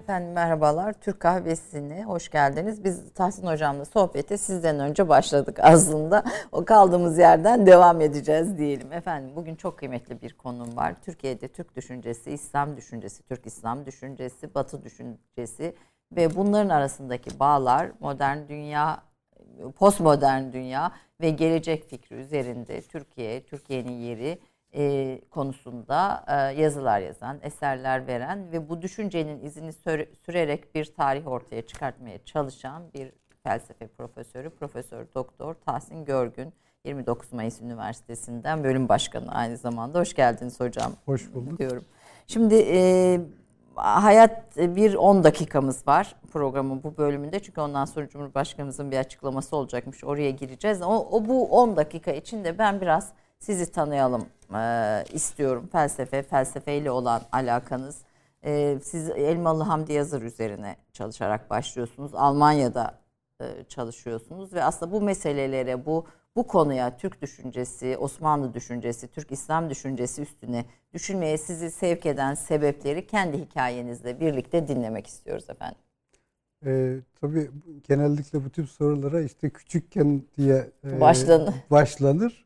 Efendim merhabalar. Türk Kahvesi'ne hoş geldiniz. Biz Tahsin Hocam'la sohbete sizden önce başladık aslında. O kaldığımız yerden devam edeceğiz diyelim. Efendim bugün çok kıymetli bir konum var. Türkiye'de Türk düşüncesi, İslam düşüncesi, Türk İslam düşüncesi, Batı düşüncesi ve bunların arasındaki bağlar, modern dünya, postmodern dünya ve gelecek fikri üzerinde Türkiye'nin yeri konusunda yazılar yazan, eserler veren ve bu düşüncenin izini sürerek bir tarih ortaya çıkartmaya çalışan bir felsefe profesörü, Profesör Doktor Tahsin Görgün, 29 Mayıs Üniversitesi'nden bölüm başkanı aynı zamanda. Hoş geldiniz hocam. Hoş bulduk. Diyorum. Şimdi hayat bir 10 dakikamız var programın bu bölümünde. Çünkü ondan sonra Cumhurbaşkanımızın bir açıklaması olacakmış. Oraya gireceğiz. Bu 10 dakika içinde ben biraz sizi tanıyalım istiyorum. Felsefeyle olan alakanız. Siz Elmalı Hamdi Yazır üzerine çalışarak başlıyorsunuz. Almanya'da çalışıyorsunuz ve aslında bu meselelere, bu konuya Türk düşüncesi, Osmanlı düşüncesi, Türk İslam düşüncesi üstüne düşünmeye sizi sevk eden sebepleri kendi hikayenizle birlikte dinlemek istiyoruz efendim. Tabii genellikle bu tip sorulara işte küçükken diye başlanır.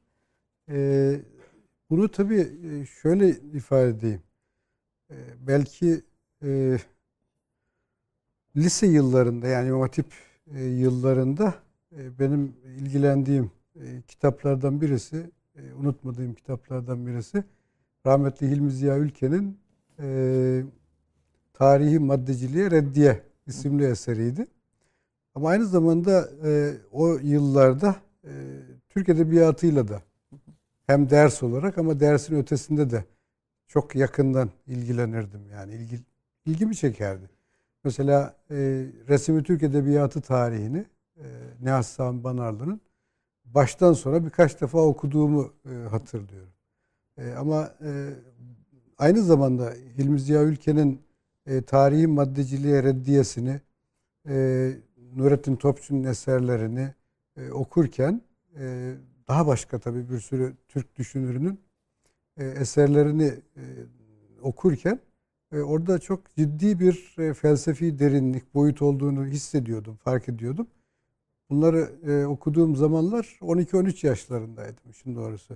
Bunu tabii şöyle ifade edeyim. Belki lise yıllarında, yani İmam Hatip yıllarında benim ilgilendiğim kitaplardan birisi, unutmadığım kitaplardan birisi rahmetli Hilmi Ziya Ülken'in Tarihi Maddeciliğe Reddiye isimli eseriydi. Ama aynı zamanda o yıllarda Türk Edebiyatı'yla da hem ders olarak ama dersin ötesinde de çok yakından ilgilenirdim. Yani ilgimi çekerdi. Mesela Resim-i Türk Edebiyatı tarihini Nihat Sami Banarlı'nın baştan sona birkaç defa okuduğumu hatırlıyorum. Ama aynı zamanda Hilmi Ziya Ülken'in Tarihi Maddeciliğe Reddiyesini, Nurettin Topçu'nun eserlerini okurken daha başka tabii bir sürü Türk düşünürünün eserlerini okurken orada çok ciddi bir felsefi derinlik, boyut olduğunu hissediyordum, fark ediyordum. Bunları okuduğum zamanlar 12-13 yaşlarındaydım işin doğrusu.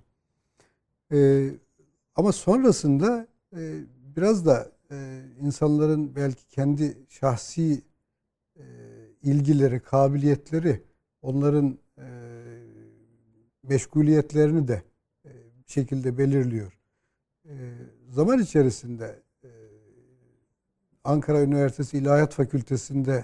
Ama sonrasında biraz da insanların belki kendi şahsi ilgileri, kabiliyetleri, onların meşguliyetlerini de bir şekilde belirliyor. Zaman içerisinde Ankara Üniversitesi İlahiyat Fakültesi'nde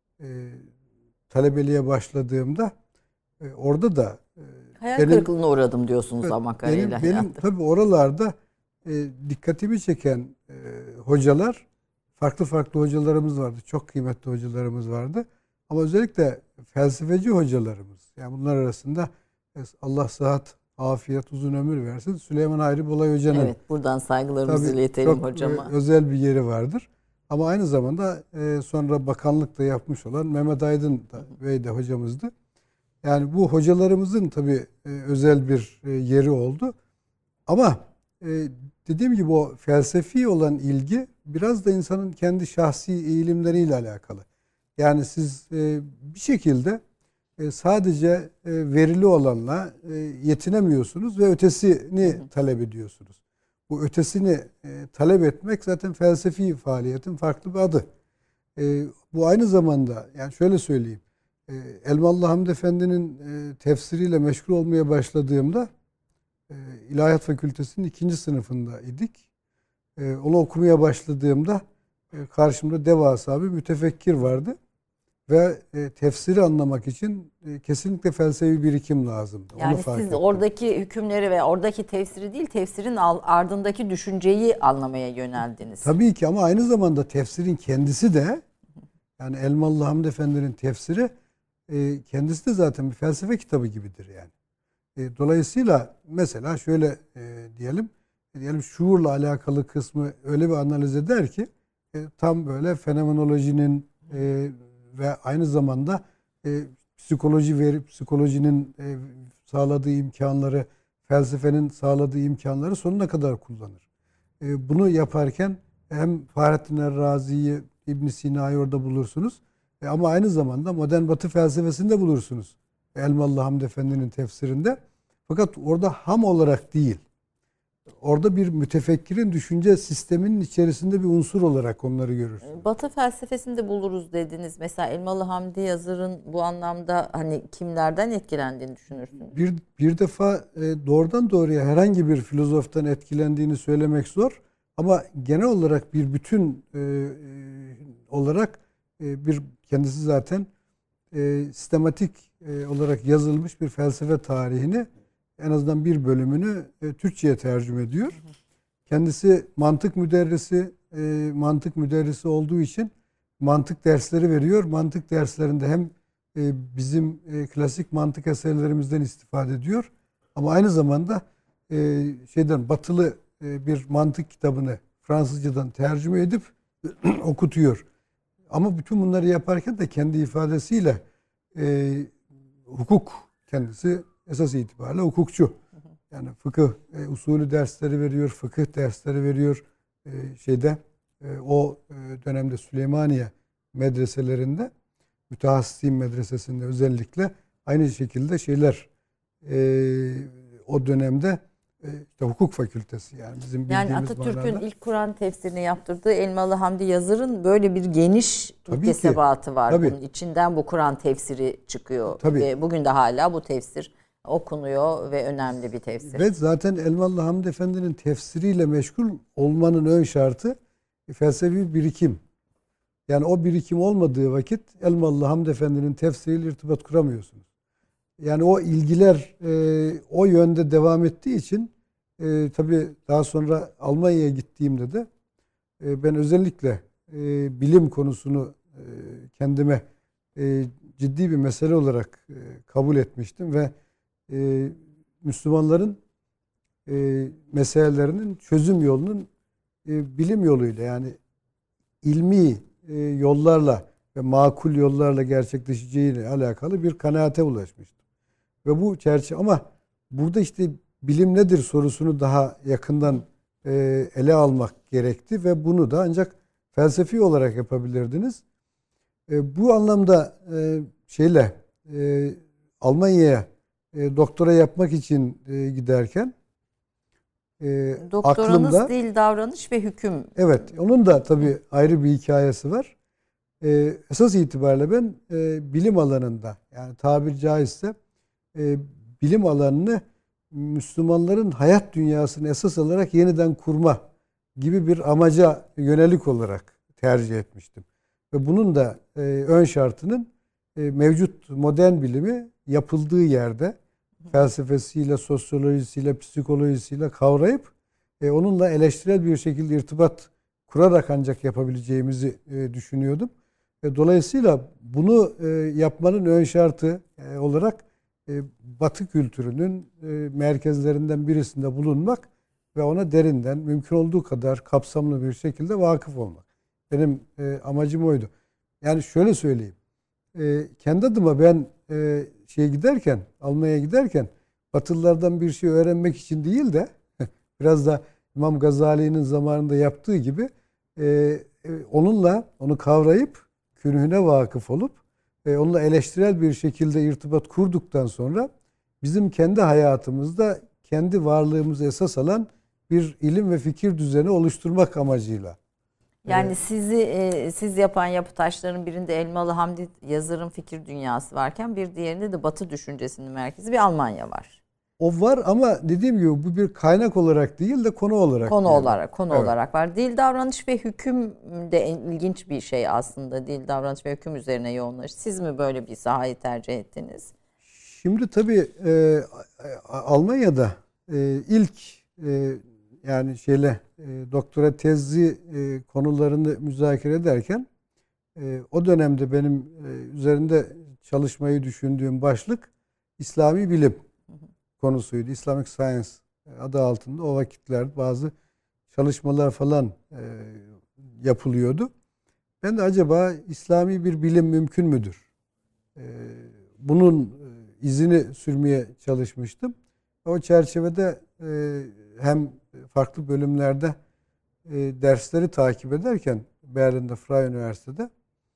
talebeliğe başladığımda orada da hayal kırıklığına uğradım diyorsunuz ama kariyerle. Benim tabii oralarda dikkatimi çeken hocalar, farklı hocalarımız vardı. Çok kıymetli hocalarımız vardı. Ama özellikle felsefeci hocalarımız. Yani bunlar arasında Allah sıhhat, afiyet, uzun ömür versin, Süleyman Hayri Bolay Hoca'nın. Evet, buradan saygılarımızı iletelim hocama. Çok özel bir yeri vardır. Ama aynı zamanda sonra bakanlık da yapmış olan Mehmet Aydın Bey de hocamızdı. Yani bu hocalarımızın tabii özel bir yeri oldu. Ama dediğim gibi o felsefi olan ilgi biraz da insanın kendi şahsi eğilimleriyle alakalı. Yani siz bir şekilde sadece verili olanla yetinemiyorsunuz ve ötesini talep ediyorsunuz. Bu ötesini talep etmek zaten felsefi faaliyetin farklı bir adı. Bu aynı zamanda, yani şöyle söyleyeyim, Elmalı Hamdi Efendi'nin tefsiriyle meşgul olmaya başladığımda İlahiyat Fakültesi'nin 2. sınıfında idik. Onu okumaya başladığımda karşımda devasa bir mütefekkir vardı. Ve tefsiri anlamak için kesinlikle felsefi birikim lazımdı. Yani onu fark siz ettim. Oradaki hükümleri ve oradaki tefsiri değil, tefsirin ardındaki düşünceyi anlamaya yöneldiniz. Tabii ki, ama aynı zamanda tefsirin kendisi de, yani Elmalı Hamdi Efendi'nin tefsiri kendisi de zaten bir felsefe kitabı gibidir yani. Dolayısıyla mesela şöyle diyelim şuurla alakalı kısmı öyle bir analiz eder ki tam böyle fenomenolojinin ve aynı zamanda psikolojinin sağladığı imkanları, felsefenin sağladığı imkanları sonuna kadar kullanır. Bunu yaparken hem Fahrettin Errazi'yi İbn Sina'yı orada bulursunuz. Ama aynı zamanda modern Batı felsefesinde bulursunuz. Elmalı Hamdi Efendi'nin tefsirinde. Fakat orada ham olarak değil. Orada bir mütefekkirin düşünce sisteminin içerisinde bir unsur olarak onları görürsünüz. Batı felsefesinde buluruz dediniz. Mesela Elmalı Hamdi Yazır'ın bu anlamda hani kimlerden etkilendiğini düşünürsünüz? Bir defa doğrudan doğruya herhangi bir filozoftan etkilendiğini söylemek zor. Ama genel olarak bir bütün olarak bir kendisi zaten sistematik olarak yazılmış bir felsefe tarihini en azından bir bölümünü Türkçe'ye tercüme ediyor. Kendisi mantık müderrisi olduğu için mantık dersleri veriyor. Mantık derslerinde hem bizim klasik mantık eserlerimizden istifade ediyor. Ama aynı zamanda batılı bir mantık kitabını Fransızcadan tercüme edip okutuyor. Ama bütün bunları yaparken de kendi ifadesiyle hukuk, kendisi esas itibariyle hukukçu. Yani fıkıh usulü dersleri veriyor, fıkıh dersleri veriyor. O dönemde Süleymaniye medreselerinde, Mütehassisin medresesinde özellikle aynı şekilde o dönemde hukuk fakültesi, yani bizim bildiğimiz Yani Atatürk'ün manada. ilk Kur'an tefsirini yaptırdığı Elmalı Hamdi Yazır'ın böyle bir geniş müktesebatı var. Tabii. Bunun içinden bu Kur'an tefsiri çıkıyor. Tabii. Ve bugün de hala bu tefsir okunuyor ve önemli bir tefsir. Ve zaten Elmalı Hamdi Efendi'nin tefsiriyle meşgul olmanın ön şartı felsefi birikim. Yani o birikim olmadığı vakit Elmalı Hamdi Efendi'nin tefsiriyle irtibat kuramıyorsunuz. Yani o ilgiler o yönde devam ettiği için tabii daha sonra Almanya'ya gittiğimde de ben özellikle bilim konusunu kendime ciddi bir mesele olarak kabul etmiştim ve Müslümanların meselelerinin çözüm yolunun bilim yoluyla, yani ilmi yollarla ve makul yollarla gerçekleşeceğiyle alakalı bir kanaate ulaşmıştım. Ve bu çerçeve, ama burada işte bilim nedir sorusunu daha yakından ele almak gerekti ve bunu da ancak felsefi olarak yapabilirdiniz. Bu anlamda Almanya'ya doktora yapmak için giderken Doktoranız aklımda, dil, davranış ve hüküm. evet, onun da tabii ayrı bir hikayesi var. Esas itibariyle ben bilim alanında, yani tabiri caizse bilim alanını Müslümanların hayat dünyasını esas alarak yeniden kurma gibi bir amaca yönelik olarak tercih etmiştim. Ve bunun da ön şartının mevcut modern bilimi yapıldığı yerde felsefesiyle, sosyolojisiyle, psikolojisiyle kavrayıp onunla eleştirel bir şekilde irtibat kurarak ancak yapabileceğimizi düşünüyordum. Dolayısıyla bunu yapmanın ön şartı olarak Batı kültürünün merkezlerinden birisinde bulunmak ve ona derinden, mümkün olduğu kadar kapsamlı bir şekilde vakıf olmak. Benim amacım oydu. Yani şöyle söyleyeyim. Kendi adıma ben Almanya'ya giderken Batılılardan bir şey öğrenmek için değil de biraz da İmam Gazali'nin zamanında yaptığı gibi onu kavrayıp künhüne vakıf olup onunla eleştirel bir şekilde irtibat kurduktan sonra bizim kendi hayatımızda kendi varlığımızı esas alan bir ilim ve fikir düzeni oluşturmak amacıyla. Yani siz yapan yapı taşlarının birinde Elmalı Hamdi Yazır'ın fikir dünyası varken bir diğerinde de Batı düşüncesinin merkezi bir Almanya var. O var ama dediğim gibi bu bir kaynak olarak değil de konu olarak. Olarak var. Dil, davranış ve hüküm de ilginç bir şey aslında. Dil, davranış ve hüküm üzerine yoğunlaşır. Siz mi böyle bir sahayı tercih ettiniz? Şimdi tabii Almanya'da ilk doktora tezi konularını müzakere ederken o dönemde benim üzerinde çalışmayı düşündüğüm başlık İslami bilim konusuydu. Islamic Science adı altında o vakitler bazı çalışmalar falan yapılıyordu. Ben de acaba İslami bir bilim mümkün müdür? Bunun izini sürmeye çalışmıştım. O çerçevede hem farklı bölümlerde dersleri takip ederken Berlin'de Freie Üniversitede.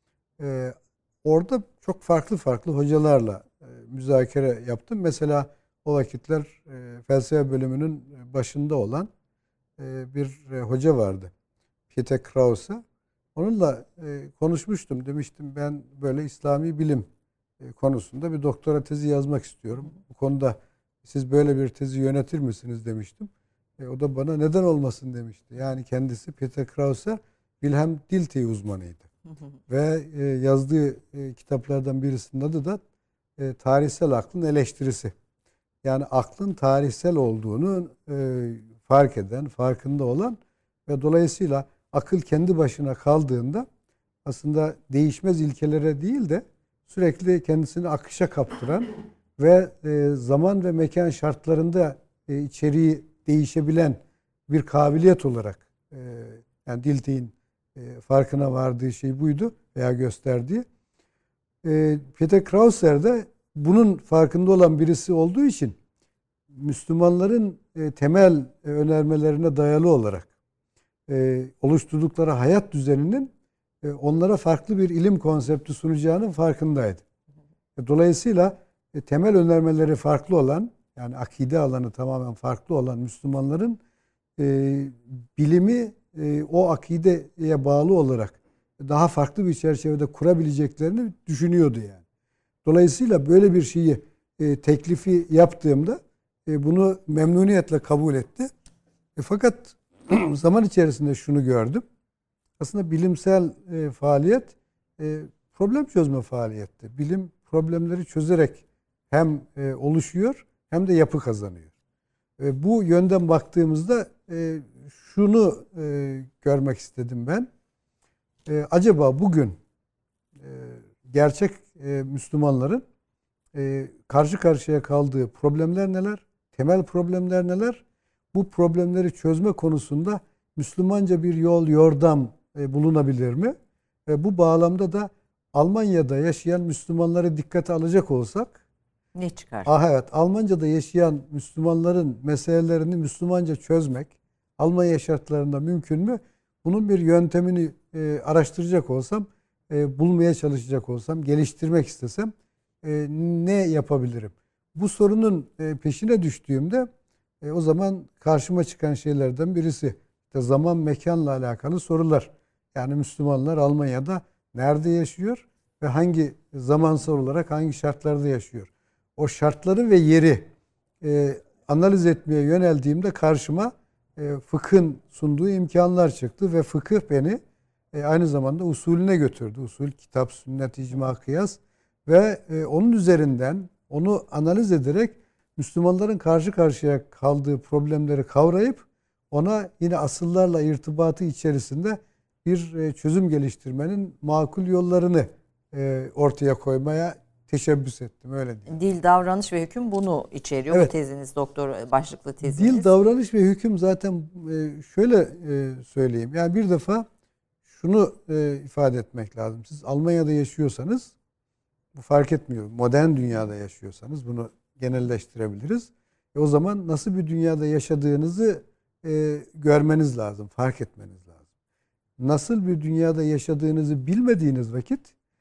Orada çok farklı hocalarla müzakere yaptım. Mesela o vakitler felsefe bölümünün başında olan bir hoca vardı. Peter Krause. Onunla konuşmuştum. Demiştim ben böyle İslami bilim konusunda bir doktora tezi yazmak istiyorum. Bu konuda siz böyle bir tezi yönetir misiniz demiştim. O da bana neden olmasın demişti. Yani kendisi Peter Krause Wilhelm Dilthey uzmanıydı. Ve yazdığı kitaplardan birisinin adı da Tarihsel Aklın Eleştirisi. Yani aklın tarihsel olduğunu fark eden, farkında olan ve dolayısıyla akıl kendi başına kaldığında aslında değişmez ilkelere değil de sürekli kendisini akışa kaptıran ve zaman ve mekan şartlarında içeriği değişebilen bir kabiliyet olarak yani Dilthey'in farkına vardığı şey buydu veya gösterdiği. Peter Krauser de bunun farkında olan birisi olduğu için Müslümanların temel önermelerine dayalı olarak oluşturdukları hayat düzeninin onlara farklı bir ilim konsepti sunacağının farkındaydı. Dolayısıyla temel önermeleri farklı olan, yani akide alanı tamamen farklı olan Müslümanların bilimi o akideye bağlı olarak daha farklı bir çerçevede kurabileceklerini düşünüyordu yani. Dolayısıyla böyle bir şeyi teklifi yaptığımda bunu memnuniyetle kabul etti. Fakat zaman içerisinde şunu gördüm. Aslında bilimsel faaliyet problem çözme faaliyetti. Bilim problemleri çözerek hem oluşuyor hem de yapı kazanıyor. Bu yönden baktığımızda şunu görmek istedim ben. Acaba bugün gerçek Müslümanların karşı karşıya kaldığı problemler neler? Temel problemler neler? Bu problemleri çözme konusunda Müslümanca bir yol, yordam bulunabilir mi? Bu bağlamda da Almanya'da yaşayan Müslümanları dikkate alacak olsak, ne çıkar? Evet, Almanca'da yaşayan Müslümanların meselelerini Müslümanca çözmek Almanya şartlarında mümkün mü? Bunun bir yöntemini araştıracak olsam, bulmaya çalışacak olsam, geliştirmek istesem ne yapabilirim? Bu sorunun peşine düştüğümde o zaman karşıma çıkan şeylerden birisi işte zaman mekanla alakalı sorular. Yani Müslümanlar Almanya'da nerede yaşıyor ve hangi zamansal olarak hangi şartlarda yaşıyor? O şartları ve yeri analiz etmeye yöneldiğimde karşıma fıkhın sunduğu imkanlar çıktı ve fıkıh beni aynı zamanda usulüne götürdü. Usul, kitap, sünnet, icma, kıyas ve onun üzerinden onu analiz ederek Müslümanların karşı karşıya kaldığı problemleri kavrayıp ona yine asıllarla irtibatı içerisinde bir çözüm geliştirmenin makul yollarını ortaya koymaya teşebbüs ettim. Öyle diyeyim. Dil, davranış ve hüküm bunu içeriyor. Evet. Bu teziniz, doktor başlıklı teziniz. Dil, davranış ve hüküm zaten şöyle söyleyeyim. Yani bir defa şunu ifade etmek lazım. Siz Almanya'da yaşıyorsanız bu fark etmiyor. Modern dünyada yaşıyorsanız bunu genelleştirebiliriz. O zaman nasıl bir dünyada yaşadığınızı görmeniz lazım, fark etmeniz lazım. Nasıl bir dünyada yaşadığınızı bilmediğiniz vakit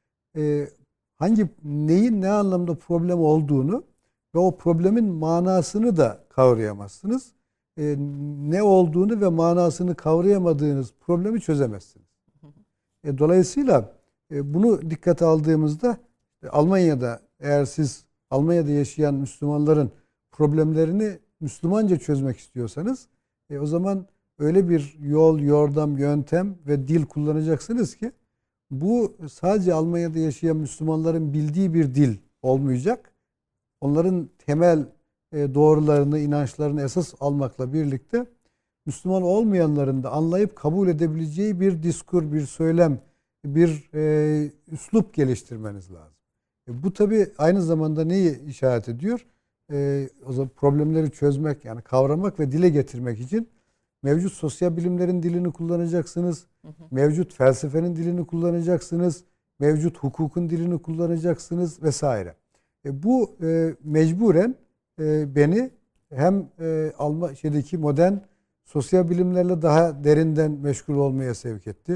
neyin ne anlamda problem olduğunu ve o problemin manasını da kavrayamazsınız. Ne olduğunu ve manasını kavrayamadığınız problemi çözemezsiniz. Dolayısıyla bunu dikkate aldığımızda Almanya'da eğer siz Almanya'da yaşayan Müslümanların problemlerini Müslümanca çözmek istiyorsanız o zaman öyle bir yol, yordam, yöntem ve dil kullanacaksınız ki bu sadece Almanya'da yaşayan Müslümanların bildiği bir dil olmayacak. Onların temel doğrularını, inançlarını esas almakla birlikte Müslüman olmayanların da anlayıp kabul edebileceği bir diskur, bir söylem, bir üslup geliştirmeniz lazım. Bu tabii aynı zamanda neyi işaret ediyor? O zaman problemleri çözmek, yani kavramak ve dile getirmek için mevcut sosyal bilimlerin dilini kullanacaksınız. Mevcut felsefenin dilini kullanacaksınız. Mevcut hukukun dilini kullanacaksınız vesaire. Bu mecburen beni hem modern sosyal bilimlerle daha derinden meşgul olmaya sevk etti.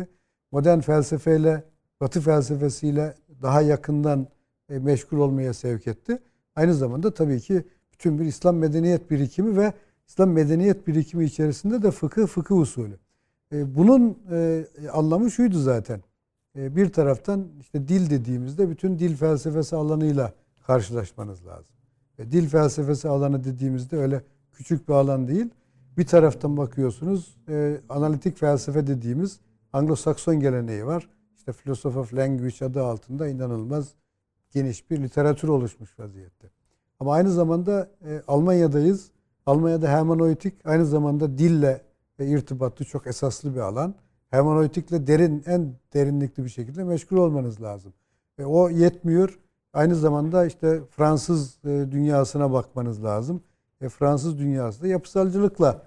modern felsefeyle, Batı felsefesiyle daha yakından meşgul olmaya sevk etti. Aynı zamanda tabii ki bütün bir İslam medeniyet birikimi ve İslam medeniyet birikimi içerisinde de fıkıh usulü. Bunun anlamı şuydu zaten. Bir taraftan işte dil dediğimizde bütün dil felsefesi alanıyla karşılaşmanız lazım. Dil felsefesi alanı dediğimizde öyle küçük bir alan değil. Bir taraftan bakıyorsunuz analitik felsefe dediğimiz Anglo-Sakson geleneği var. İşte Philosophy of Language adı altında inanılmaz geniş bir literatür oluşmuş vaziyette. Ama aynı zamanda Almanya'dayız. Almanya'da hermeneutik aynı zamanda dille irtibatlı çok esaslı bir alan. Hermeneutikle en derinlikli bir şekilde meşgul olmanız lazım. O yetmiyor. Aynı zamanda işte Fransız dünyasına bakmanız lazım. Fransız dünyası da yapısalcılıkla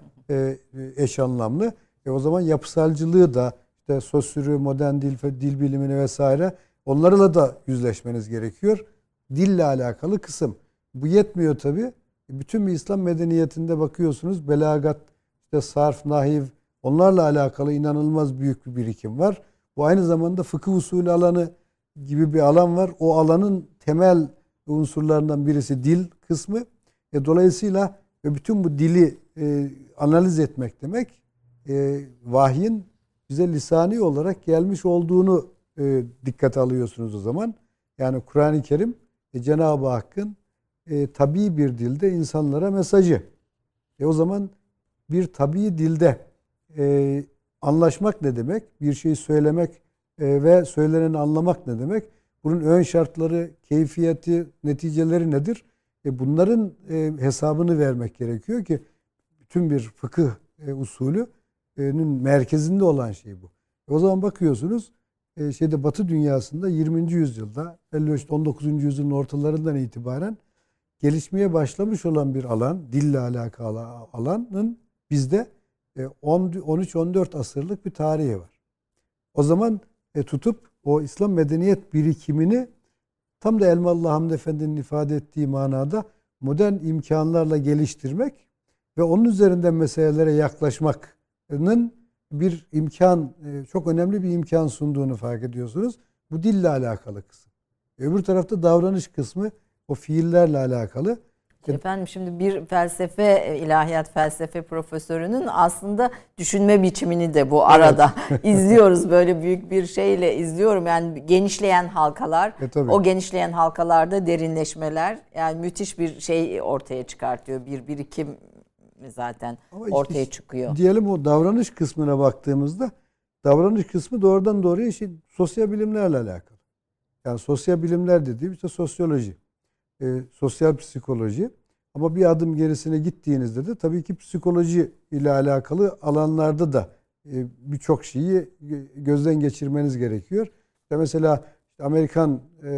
eş anlamlı. O zaman yapısalcılığı da işte sosürü, modern dil bilimini vesaire onlarla da yüzleşmeniz gerekiyor. Dille alakalı kısım. Bu yetmiyor tabii. Bütün bir İslam medeniyetinde bakıyorsunuz belagat, işte sarf, nahiv onlarla alakalı inanılmaz büyük bir birikim var. Bu aynı zamanda fıkıh usulü alanı gibi bir alan var. O alanın temel unsurlarından birisi dil kısmı. Dolayısıyla bütün bu dili analiz etmek demek vahyin bize lisani olarak gelmiş olduğunu dikkate alıyorsunuz o zaman. Yani Kur'an-ı Kerim Cenab-ı Hakk'ın tabii bir dilde insanlara mesajı. O zaman bir tabii dilde anlaşmak ne demek? Bir şeyi söylemek ve söyleneni anlamak ne demek? Bunun ön şartları, keyfiyeti, neticeleri nedir? Bunların hesabını vermek gerekiyor ki bütün bir fıkıh usulünün merkezinde olan şey bu. O zaman bakıyorsunuz Batı dünyasında 20. yüzyılda 19. yüzyılın ortalarından itibaren gelişmeye başlamış olan bir alan, dille alakalı alanın bizde 13-14 asırlık bir tarihi var. O zaman tutup o İslam medeniyet birikimini tam da Elmalı Hamdi Efendi'nin ifade ettiği manada modern imkanlarla geliştirmek ve onun üzerinden meselelere yaklaşmanın bir imkan, çok önemli bir imkan sunduğunu fark ediyorsunuz. Bu dille alakalı kısım. Öbür tarafta davranış kısmı o fiillerle alakalı. Efendim şimdi bir ilahiyat felsefe profesörünün aslında düşünme biçimini de bu arada izliyoruz. Böyle büyük bir şeyle izliyorum. Yani genişleyen halkalar, o genişleyen halkalarda derinleşmeler yani müthiş bir şey ortaya çıkartıyor. Bir birikim zaten ortaya çıkıyor. Diyelim o davranış kısmına baktığımızda davranış kısmı doğrudan doğruya sosyal bilimlerle alakalı. Yani sosyal bilimler dediğim işte sosyoloji, sosyal psikoloji. Ama bir adım gerisine gittiğinizde de tabii ki psikoloji ile alakalı alanlarda da birçok şeyi gözden geçirmeniz gerekiyor. Mesela Amerikan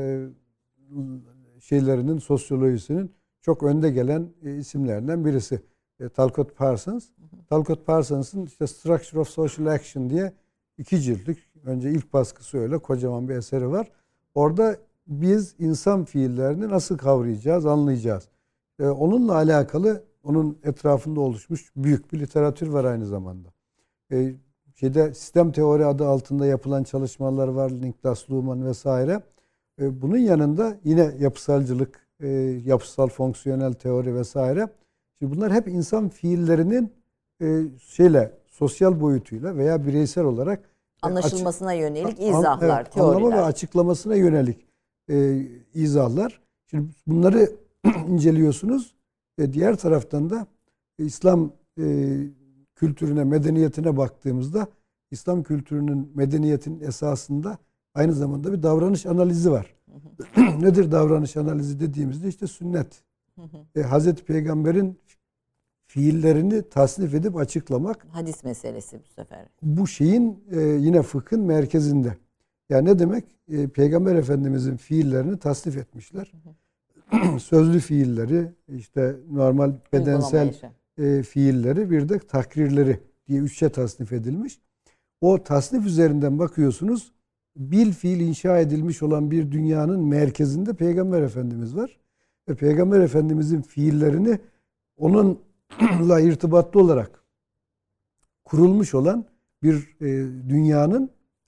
sosyolojisinin çok önde gelen isimlerinden birisi Talcott Parsons. Talcott Parsons'ın işte Structure of Social Action diye 2 ciltlik, önce ilk baskısı öyle kocaman bir eseri var. Orada biz insan fiillerini nasıl kavrayacağız, anlayacağız. Onunla alakalı onun etrafında oluşmuş büyük bir literatür var aynı zamanda. Sistem teori adı altında yapılan çalışmalar var. Niklas Luhmann vesaire. Bunun yanında yine yapısalcılık, yapısal fonksiyonel teori vesaire. Şimdi bunlar hep insan fiillerinin sosyal boyutuyla veya bireysel olarak anlaşılmasına yönelik izahlar, teoriler. Anlama ve açıklamasına yönelik izahlar. Şimdi bunları inceliyorsunuz. Diğer taraftan da İslam kültürüne, medeniyetine baktığımızda İslam kültürünün, medeniyetin esasında aynı zamanda bir davranış analizi var. Nedir davranış analizi dediğimizde işte sünnet. Hazreti Peygamber'in fiillerini tasnif edip açıklamak. Hadis meselesi bu sefer. Bu şeyin yine fıkhın merkezinde. Yani ne demek? Peygamber Efendimizin fiillerini tasnif etmişler. Sözlü fiilleri, işte normal bedensel fiilleri, bir de takrirleri diye 3'e tasnif edilmiş. O tasnif üzerinden bakıyorsunuz, bil fiil inşa edilmiş olan bir dünyanın merkezinde Peygamber Efendimiz var. Ve Peygamber Efendimizin fiillerini onunla irtibatlı olarak kurulmuş olan bir dünyanın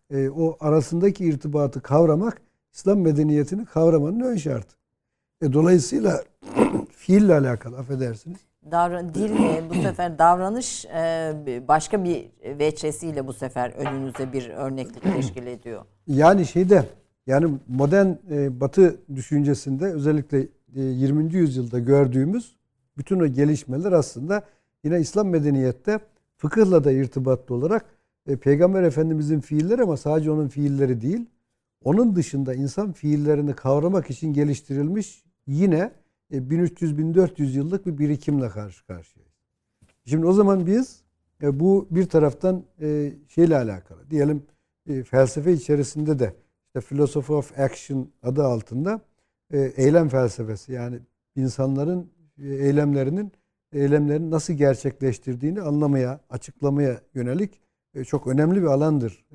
o arasındaki irtibatı kavramak İslam medeniyetini kavramanın ön şartı. Dolayısıyla fiille alakalı, affedersiniz. Dil bu sefer davranış başka bir veçesiyle bu sefer önünüze bir örneklik teşkil ediyor. Yani modern Batı düşüncesinde özellikle 20. yüzyılda gördüğümüz bütün o gelişmeler aslında yine İslam medeniyette fıkıhla da irtibatlı olarak Peygamber Efendimizin fiilleri, ama sadece onun fiilleri değil, onun dışında insan fiillerini kavramak için geliştirilmiş yine 1300-1400 yıllık bir birikimle karşı karşıyayız. Şimdi o zaman biz bu bir taraftan şeyle alakalı, diyelim felsefe içerisinde de işte Philosophy of Action adı altında eylem felsefesi, yani insanların eylemlerini nasıl gerçekleştirdiğini anlamaya, açıklamaya yönelik çok önemli bir alandır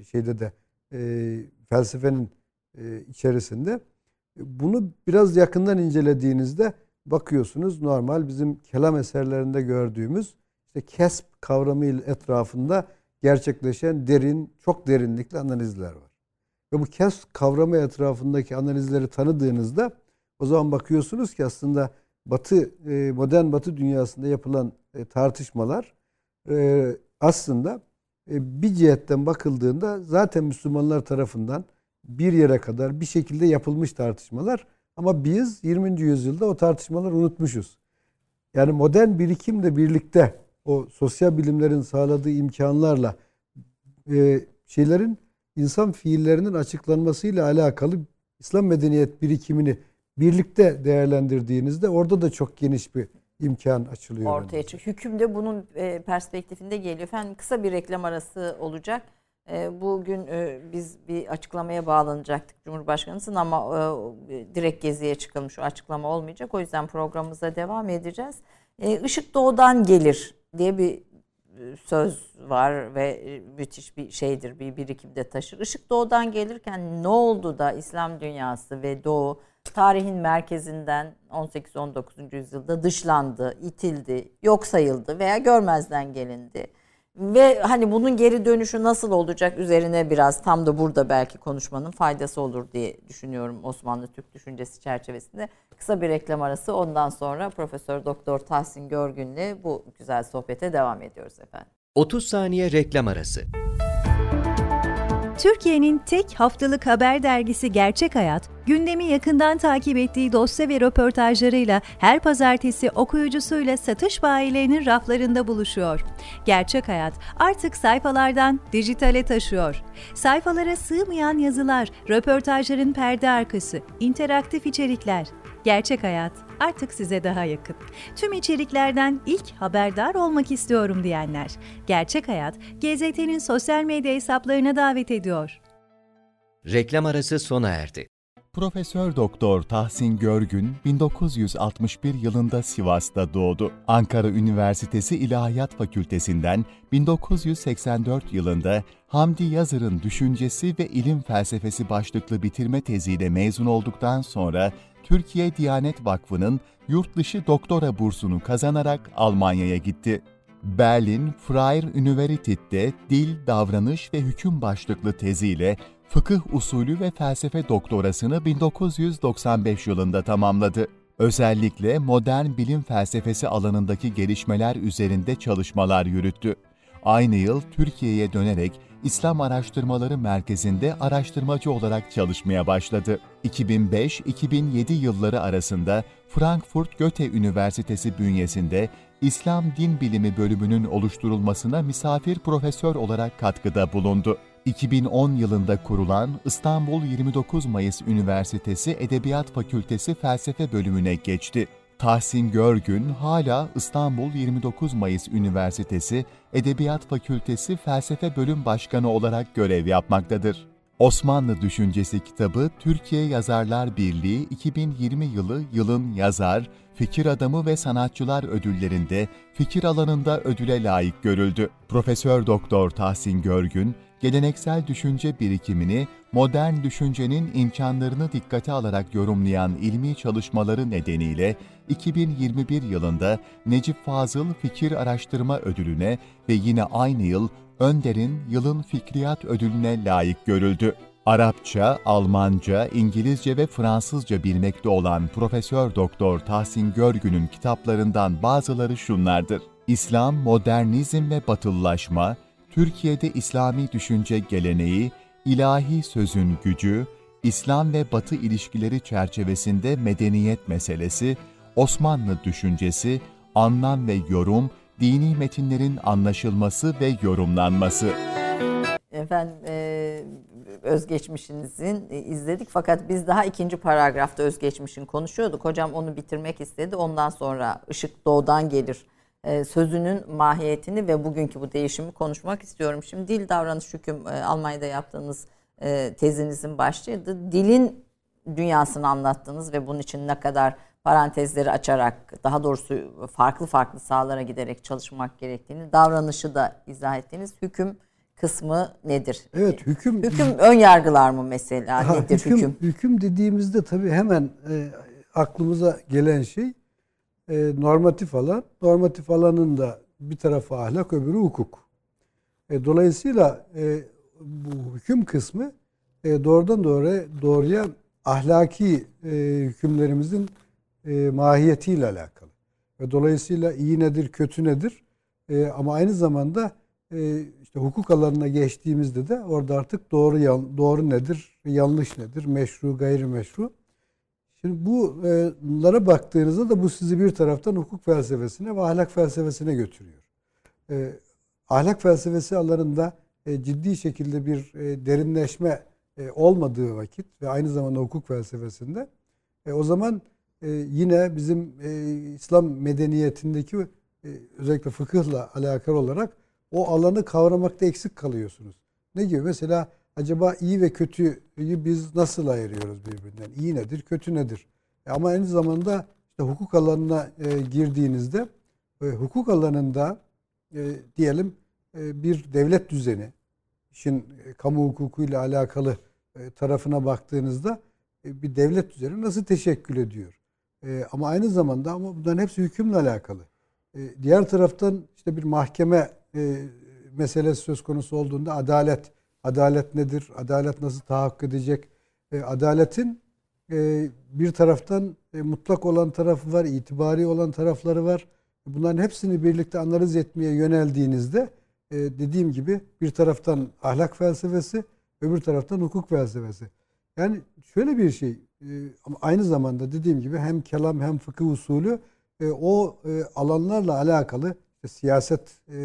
felsefenin içerisinde. Bunu biraz yakından incelediğinizde bakıyorsunuz, normal bizim kelam eserlerinde gördüğümüz işte kesb kavramı etrafında gerçekleşen çok derinlikli analizler var. Ve bu kesb kavramı etrafındaki analizleri tanıdığınızda o zaman bakıyorsunuz ki aslında modern Batı dünyasında yapılan tartışmalar aslında bir cihetten bakıldığında zaten Müslümanlar tarafından bir yere kadar bir şekilde yapılmış tartışmalar, ama biz 20. yüzyılda o tartışmaları unutmuşuz. Yani modern birikimle birlikte o sosyal bilimlerin sağladığı imkanlarla insan fiillerinin açıklanmasıyla alakalı İslam medeniyet birikimini birlikte değerlendirdiğinizde orada da çok geniş bir imkan açılıyor. Ortaya çıkıyor. Hüküm de bunun perspektifinde geliyor. Efendim, kısa bir reklam arası olacak. Bugün biz bir açıklamaya bağlanacaktık Cumhurbaşkanımızın, ama direkt geziye çıkılmış, o açıklama olmayacak. O yüzden programımıza devam edeceğiz. Işık doğudan gelir diye bir söz var ve müthiş bir şeydir, bir birikimde taşır. Işık doğudan gelirken ne oldu da İslam dünyası ve Doğu tarihin merkezinden 18-19. yüzyılda dışlandı, itildi, yok sayıldı veya görmezden gelindi? Ve hani bunun geri dönüşü nasıl olacak üzerine biraz tam da burada belki konuşmanın faydası olur diye düşünüyorum Osmanlı Türk düşüncesi çerçevesinde. Kısa bir reklam arası, ondan sonra Profesör Doktor Tahsin Görgün'le bu güzel sohbete devam ediyoruz efendim. 30 saniye reklam arası. Türkiye'nin tek haftalık haber dergisi Gerçek Hayat, gündemi yakından takip ettiği dosya ve röportajlarıyla her pazartesi okuyucusuyla satış bayilerinin raflarında buluşuyor. Gerçek Hayat artık sayfalardan dijitale taşıyor. Sayfalara sığmayan yazılar, röportajların perde arkası, interaktif içerikler. Gerçek Hayat artık size daha yakın. Tüm içeriklerden ilk haberdar olmak istiyorum diyenler, Gerçek Hayat, GZT'nin sosyal medya hesaplarına davet ediyor. Reklam arası sona erdi. Profesör Doktor Tahsin Görgün 1961 yılında Sivas'ta doğdu. Ankara Üniversitesi İlahiyat Fakültesinden 1984 yılında Hamdi Yazır'ın Düşüncesi ve İlim Felsefesi başlıklı bitirme teziyle mezun olduktan sonra Türkiye Diyanet Vakfı'nın yurtdışı doktora bursunu kazanarak Almanya'ya gitti. Berlin Freie Universität'te Dil, Davranış ve Hüküm başlıklı teziyle fıkıh usulü ve felsefe doktorasını 1995 yılında tamamladı. Özellikle modern bilim felsefesi alanındaki gelişmeler üzerinde çalışmalar yürüttü. Aynı yıl Türkiye'ye dönerek İslam Araştırmaları Merkezi'nde araştırmacı olarak çalışmaya başladı. 2005-2007 yılları arasında Frankfurt Goethe Üniversitesi bünyesinde İslam Din Bilimi bölümünün oluşturulmasına misafir profesör olarak katkıda bulundu. 2010 yılında kurulan İstanbul 29 Mayıs Üniversitesi Edebiyat Fakültesi Felsefe bölümüne geçti. Tahsin Görgün hala İstanbul 29 Mayıs Üniversitesi Edebiyat Fakültesi Felsefe Bölüm Başkanı olarak görev yapmaktadır. Osmanlı Düşüncesi kitabı Türkiye Yazarlar Birliği 2020 yılı yılın yazar, fikir adamı ve sanatçılar ödüllerinde fikir alanında ödüle layık görüldü. Profesör Doktor Tahsin Görgün, geleneksel düşünce birikimini modern düşüncenin imkanlarını dikkate alarak yorumlayan ilmi çalışmaları nedeniyle 2021 yılında Necip Fazıl Fikir Araştırma Ödülü'ne ve yine aynı yıl Önder'in Yılın Fikriyat Ödülüne layık görüldü. Arapça, Almanca, İngilizce ve Fransızca bilmekte olan Profesör Doktor Tahsin Görgün'ün kitaplarından bazıları şunlardır: İslam, Modernizm ve Batılılaşma, Türkiye'de İslami Düşünce Geleneği, İlahi Sözün Gücü, İslam ve Batı ilişkileri çerçevesinde medeniyet meselesi, Osmanlı düşüncesi, anlam ve yorum, dini metinlerin anlaşılması ve yorumlanması. Efendim özgeçmişinizin izledik fakat biz daha ikinci paragrafta özgeçmişin konuşuyorduk. Hocam onu bitirmek istedi. Ondan sonra Işık Doğu'dan gelir sözünün mahiyetini ve bugünkü bu değişimi konuşmak istiyorum. Şimdi dil davranış hüküm Almanya'da yaptığınız tezinizin başlığıydı. Dilin dünyasını anlattınız ve bunun için ne kadar parantezleri açarak, daha doğrusu farklı farklı sahalara giderek çalışmak gerektiğini, davranışı da izah ettiğiniz hüküm kısmı nedir? Evet, hüküm ön yargılar mı mesela? Nedir hüküm? Hüküm dediğimizde tabii hemen aklımıza gelen şey normatif alan. Normatif alanın da bir tarafı ahlak, öbürü hukuk. Dolayısıyla bu hüküm kısmı doğrudan doğruya ahlaki hükümlerimizin mahiyetiyle alakalı. Ve dolayısıyla iyi nedir, kötü nedir? Ama aynı zamanda işte hukuk alanına geçtiğimizde de orada artık doğru nedir, yanlış nedir, meşru, gayrimeşru. Şimdi bunlara baktığınızda da bu sizi bir taraftan hukuk felsefesine ve ahlak felsefesine götürüyor. Ahlak felsefesi alanında ciddi şekilde bir derinleşme olmadığı vakit ve aynı zamanda hukuk felsefesinde o zaman yine bizim İslam medeniyetindeki özellikle fıkıhla alakalı olarak o alanı kavramakta eksik kalıyorsunuz. Ne gibi? Mesela acaba iyi ve kötüyü biz nasıl ayırıyoruz birbirinden? İyi nedir, kötü nedir? Ama aynı zamanda işte hukuk alanına girdiğinizde hukuk alanında diyelim bir devlet düzeni, işin kamu hukukuyla alakalı tarafına baktığınızda bir devlet düzeni nasıl teşekkül ediyor? Ama aynı zamanda bunların hepsi hükümle alakalı. Diğer taraftan işte bir mahkeme meselesi söz konusu olduğunda adalet nedir? Adalet nasıl tahakkuk edecek? Adaletin bir taraftan mutlak olan tarafı var, itibari olan tarafları var. Bunların hepsini birlikte analiz etmeye yöneldiğinizde dediğim gibi bir taraftan ahlak felsefesi, öbür taraftan hukuk felsefesi. Yani şöyle bir şey ama aynı zamanda dediğim gibi hem kelam hem fıkıh usulü o alanlarla alakalı siyaset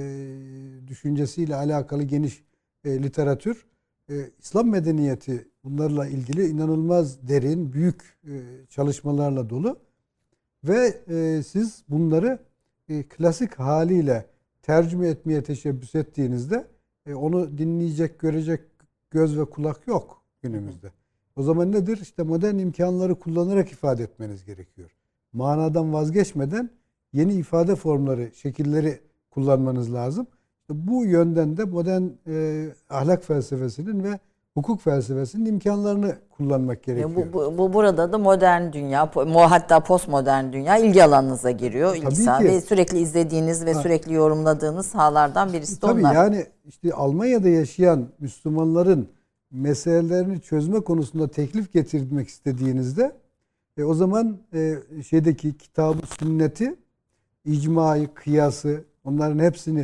düşüncesiyle alakalı geniş literatür, İslam medeniyeti bunlarla ilgili inanılmaz derin, büyük çalışmalarla dolu ve siz bunları klasik haliyle tercüme etmeye teşebbüs ettiğinizde onu dinleyecek, görecek göz ve kulak yok günümüzde. O zaman nedir? İşte modern imkanları kullanarak ifade etmeniz gerekiyor. Manadan vazgeçmeden yeni ifade formları, şekilleri kullanmanız lazım. Bu yönden de modern ahlak felsefesinin ve hukuk felsefesinin imkanlarını kullanmak gerekiyor. Bu burada da modern dünya, hatta postmodern dünya ilgi alanınıza giriyor. Ve sürekli izlediğiniz ve sürekli yorumladığınız sahalardan birisi de onlar. Tabii yani işte Almanya'da yaşayan Müslümanların meselelerini çözme konusunda teklif getirmek istediğinizde o zaman şeydeki kitab-ı sünneti, icmayı, kıyası, onların hepsini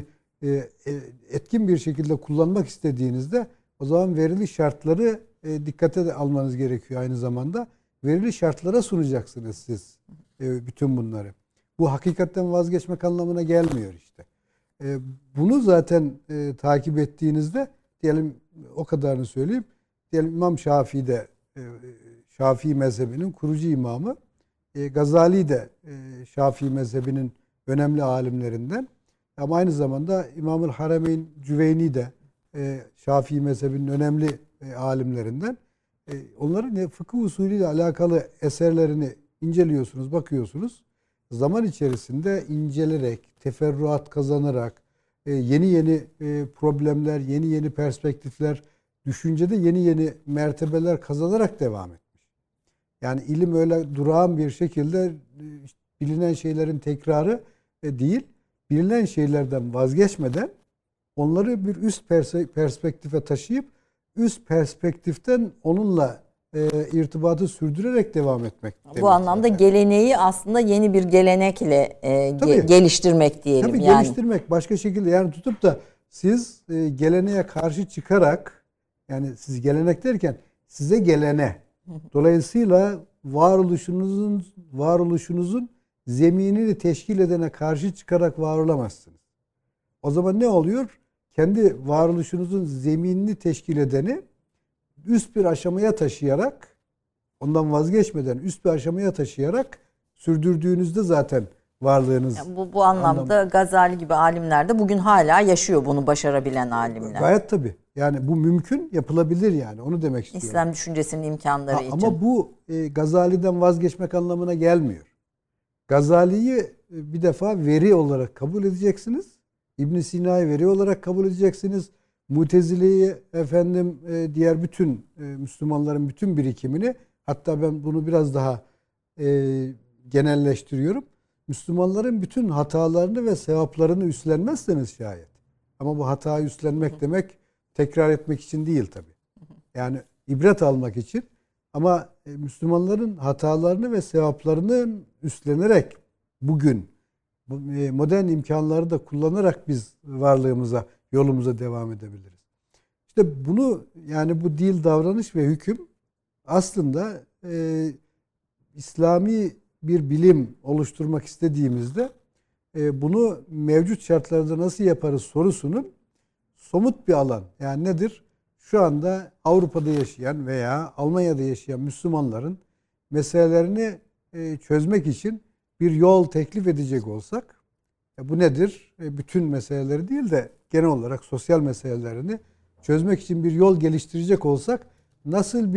etkin bir şekilde kullanmak istediğinizde o zaman verili şartları dikkate de almanız gerekiyor aynı zamanda. Verili şartlara sunacaksınız siz bütün bunları. Bu hakikatten vazgeçmek anlamına gelmiyor işte. Bunu zaten takip ettiğinizde diyelim o kadarını söyleyeyim. Diyelim İmam Şafii'de Şafii mezhebinin kurucu imamı, Gazali de Şafii mezhebinin önemli alimlerinden. Ama aynı zamanda İmam-ül Harameyn Cüveyni de Şafii mezhebinin önemli alimlerinden. Onların fıkıh usulüyle alakalı eserlerini inceliyorsunuz, bakıyorsunuz. Zaman içerisinde incelerek, teferruat kazanarak, yeni problemler, yeni perspektifler, düşüncede yeni mertebeler kazanarak devam etmiş. Yani ilim öyle durağan bir şekilde bilinen şeylerin tekrarı değil, bilinen şeylerden vazgeçmeden onları bir üst perspektife taşıyıp üst perspektiften onunla irtibatı sürdürerek devam etmek. Bu anlamda zaten geleneği aslında yeni bir gelenekle geliştirmek diyelim. Tabii yani. Geliştirmek başka şekilde, yani tutup da siz geleneğe karşı çıkarak, yani siz gelenek derken size gelene, dolayısıyla varoluşunuzun zeminini teşkil edene karşı çıkarak var olamazsınız. O zaman ne oluyor? Kendi varoluşunuzun zeminini teşkil edeni üst bir aşamaya taşıyarak, ondan vazgeçmeden üst bir aşamaya taşıyarak sürdürdüğünüzde zaten varlığınız. Yani bu anlamda Gazali gibi alimler de bugün hala yaşıyor, bunu başarabilen alimler. Gayet tabii. Yani bu mümkün, yapılabilir yani. Onu demek istiyorum. İslam düşüncesinin imkanları için. Ama bu Gazali'den vazgeçmek anlamına gelmiyor. Gazali'yi bir defa veri olarak kabul edeceksiniz. İbn Sina'yı veri olarak kabul edeceksiniz. Mutezile'yi, diğer bütün Müslümanların bütün birikimini, hatta ben bunu biraz daha genelleştiriyorum. Müslümanların bütün hatalarını ve sevaplarını üstlenmezseniz şayet. Ama bu hatayı üstlenmek demek tekrar etmek için değil tabii. Yani ibret almak için. Ama Müslümanların hatalarını ve sevaplarını üstlenerek bugün modern imkanları da kullanarak biz varlığımıza, yolumuza devam edebiliriz. İşte bunu, yani bu dil, davranış ve hüküm aslında İslami bir bilim oluşturmak istediğimizde bunu mevcut şartlarda nasıl yaparız sorusunun somut bir alan. Yani nedir? Şu anda Avrupa'da yaşayan veya Almanya'da yaşayan Müslümanların meselelerini çözmek için bir yol teklif edecek olsak, bu nedir? Bütün meseleleri değil de genel olarak sosyal meselelerini çözmek için bir yol geliştirecek olsak, nasıl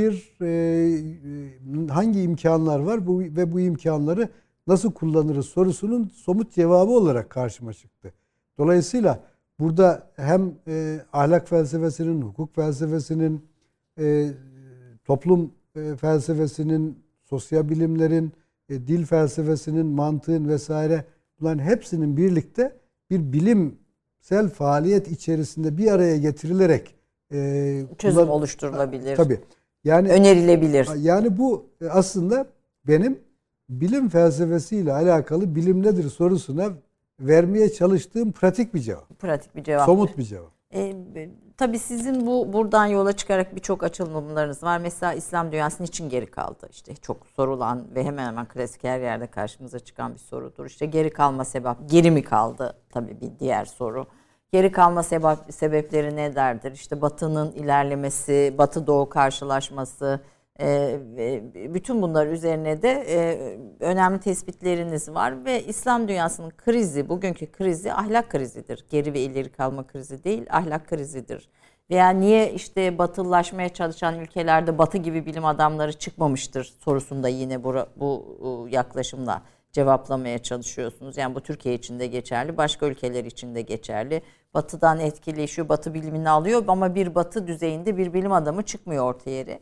hangi imkanlar var ve bu imkanları nasıl kullanırız sorusunun somut cevabı olarak karşıma çıktı. Dolayısıyla burada hem ahlak felsefesinin, hukuk felsefesinin, toplum felsefesinin, sosyal bilimlerin, dil felsefesinin, mantığın vesaire, bunların hepsinin birlikte bir bilimsel faaliyet içerisinde bir araya getirilerek çözüm oluşturulabilir. Tabii. Yani önerilebilir. Yani bu aslında benim bilim felsefesiyle alakalı bilim nedir sorusuna vermeye çalıştığım pratik bir cevap. Pratik bir cevap. Somut bir cevap. Tabii sizin buradan yola çıkarak birçok açılımlarınız var. Mesela İslam dünyası niçin geri kaldı? İşte çok sorulan ve hemen hemen klasik her yerde karşımıza çıkan bir sorudur. İşte geri kalma geri mi kaldı? Tabii bir diğer soru. Geri kalma sebepleri nelerdir? İşte Batı'nın ilerlemesi, Batı-Doğu karşılaşması, bütün bunlar üzerine de önemli tespitleriniz var ve İslam dünyasının krizi, bugünkü krizi ahlak krizidir. Geri ve ileri kalma krizi değil, ahlak krizidir. Veya niye işte batılılaşmaya çalışan ülkelerde Batı gibi bilim adamları çıkmamıştır sorusunda yine bu yaklaşımla cevaplamaya çalışıyorsunuz. Yani bu Türkiye için de geçerli, başka ülkeler için de geçerli. Batı'dan etkileşiyor, Batı bilimini alıyor ama bir Batı düzeyinde bir bilim adamı çıkmıyor ortaya.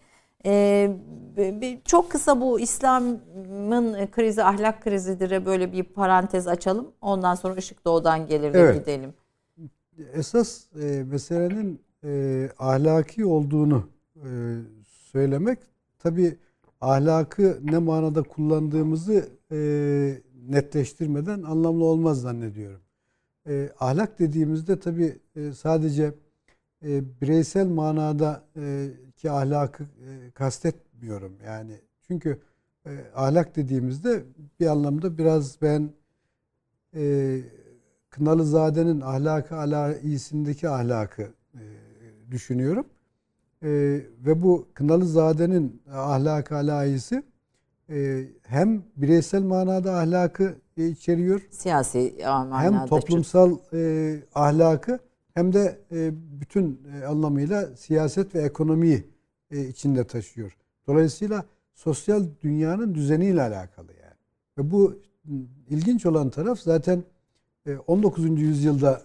Çok kısa bu İslam'ın krizi ahlak krizidir'e böyle bir parantez açalım. Ondan sonra Işık Doğu'dan gelir ve gidelim. Esas meselenin ahlaki olduğunu söylemek, tabii ahlakı ne manada kullandığımızı netleştirmeden anlamlı olmaz zannediyorum. Ahlak dediğimizde tabii sadece bireysel manada ki ahlakı kastetmiyorum. Yani çünkü ahlak dediğimizde bir anlamda biraz ben Kınalızade'nin Ahlak-ı Alâî'sindeki ahlakı düşünüyorum. Ve bu Kınalızade'nin Ahlak-ı Alâî'si hem bireysel manada ahlakı içeriyor, siyasi manada, hem toplumsal ahlakı, hem de bütün anlamıyla siyaset ve ekonomiyi içinde taşıyor. Dolayısıyla sosyal dünyanın düzeniyle alakalı yani. Ve bu ilginç olan taraf zaten 19. yüzyılda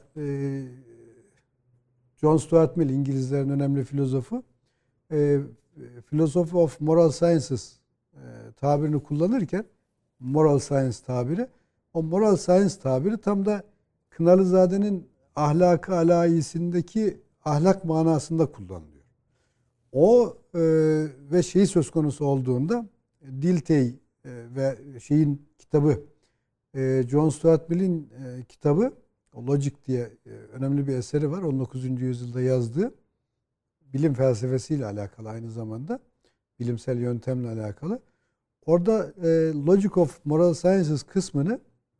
John Stuart Mill, İngilizlerin önemli filozofu, Philosophy of Moral Sciences tabirini kullanırken, moral science tabiri, o moral science tabiri tam da Kınalızade'nin ahlak-ı alayisindeki ahlak manasında kullanılıyor. O ve şey söz konusu olduğunda Dilthey ve şeyin kitabı John Stuart Mill'in kitabı Logic diye önemli bir eseri var. 19. yüzyılda yazdığı bilim felsefesiyle alakalı, aynı zamanda bilimsel yöntemle alakalı. Orada Logic of Moral Sciences kısmını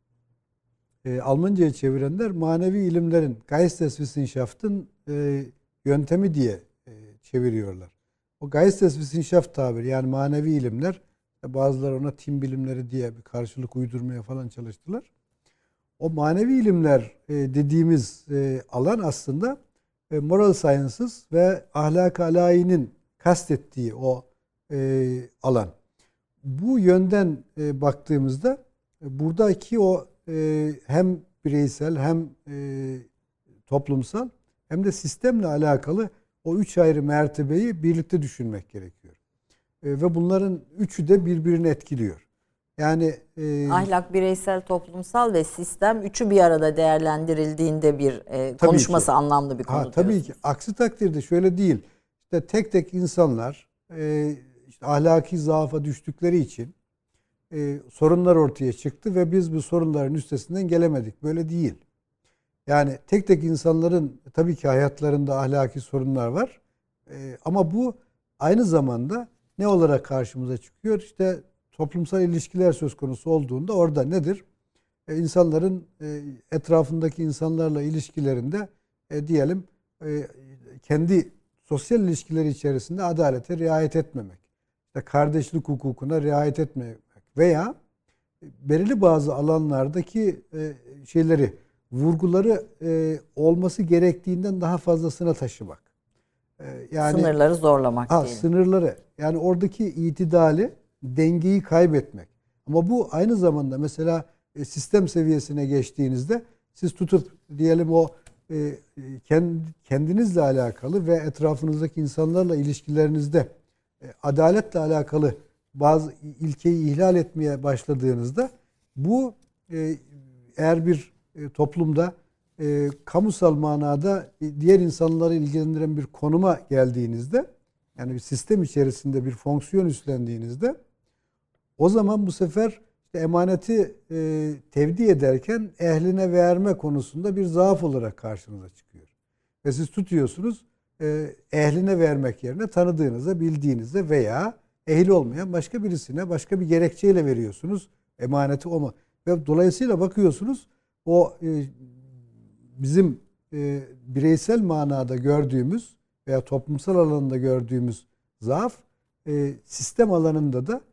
Almanca'ya çevirenler manevi ilimlerin Geisteswissenschaften yöntemi diye çeviriyorlar. O Geisteswissenschaft tabiri, yani manevi ilimler, bazıları ona tin bilimleri diye bir karşılık uydurmaya falan çalıştılar. O manevi ilimler dediğimiz alan aslında moral sciences ve ahlak-ı alayinin kastettiği o alan. Bu yönden baktığımızda buradaki o hem bireysel hem toplumsal hem de sistemle alakalı o üç ayrı mertebeyi birlikte düşünmek gerekiyor. Ve bunların üçü de birbirini etkiliyor. Yani ahlak, bireysel, toplumsal ve sistem üçü bir arada değerlendirildiğinde bir konuşması anlamlı bir konu. Tabii ki. Aksi takdirde şöyle değil. İşte tek tek insanlar işte ahlaki zaafa düştükleri için sorunlar ortaya çıktı ve biz bu sorunların üstesinden gelemedik. Böyle değil. Yani tek tek insanların tabii ki hayatlarında ahlaki sorunlar var. Ama bu aynı zamanda ne olarak karşımıza çıkıyor? İşte toplumsal ilişkiler söz konusu olduğunda orada nedir? İnsanların etrafındaki insanlarla ilişkilerinde diyelim kendi sosyal ilişkileri içerisinde adalete riayet etmemek, işte kardeşlik hukukuna riayet etmemek veya belirli bazı alanlardaki şeyleri, vurguları olması gerektiğinden daha fazlasına taşımak. Yani sınırları zorlamak diyelim. Sınırları. Yani oradaki itidali, dengeyi kaybetmek. Ama bu aynı zamanda mesela sistem seviyesine geçtiğinizde siz tutup diyelim o kendinizle alakalı ve etrafınızdaki insanlarla ilişkilerinizde adaletle alakalı bazı ilkeyi ihlal etmeye başladığınızda bu eğer bir toplumda kamusal manada diğer insanları ilgilendiren bir konuma geldiğinizde, yani bir sistem içerisinde bir fonksiyon üstlendiğinizde, o zaman bu sefer işte emaneti tevdi ederken ehline verme konusunda bir zaaf olarak karşınıza çıkıyor. Ve siz tutuyorsunuz ehline vermek yerine tanıdığınıza, bildiğinizde veya ehil olmayan başka birisine başka bir gerekçeyle veriyorsunuz emaneti o mu? Ve dolayısıyla bakıyorsunuz o bizim bireysel manada gördüğümüz veya toplumsal alanda gördüğümüz zaaf sistem alanında da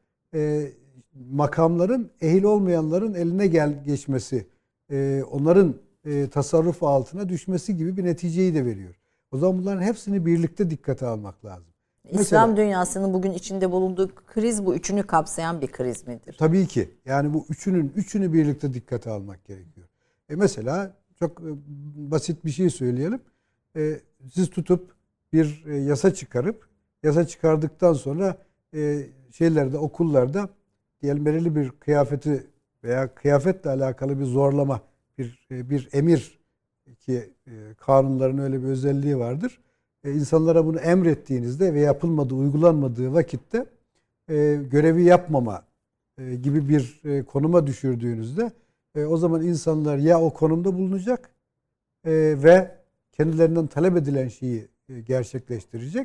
makamların ehil olmayanların eline geçmesi, onların tasarruf altına düşmesi gibi bir neticeyi de veriyor. O zaman bunların hepsini birlikte dikkate almak lazım. İslam dünyasının bugün içinde bulunduğu kriz bu üçünü kapsayan bir kriz midir? Tabii ki. Yani bu üçünü birlikte dikkate almak gerekiyor. Mesela çok basit bir şey söyleyelim. Siz tutup bir yasa çıkarıp yasa çıkardıktan sonra şeylerde, okullarda diyelim belirli bir kıyafeti veya kıyafetle alakalı bir zorlama, bir emir ki kanunların öyle bir özelliği vardır. İnsanlara bunu emrettiğinizde ve yapılmadığı, uygulanmadığı vakitte görevi yapmama gibi bir konuma düşürdüğünüzde o zaman insanlar ya o konumda bulunacak ve kendilerinden talep edilen şeyi gerçekleştirecek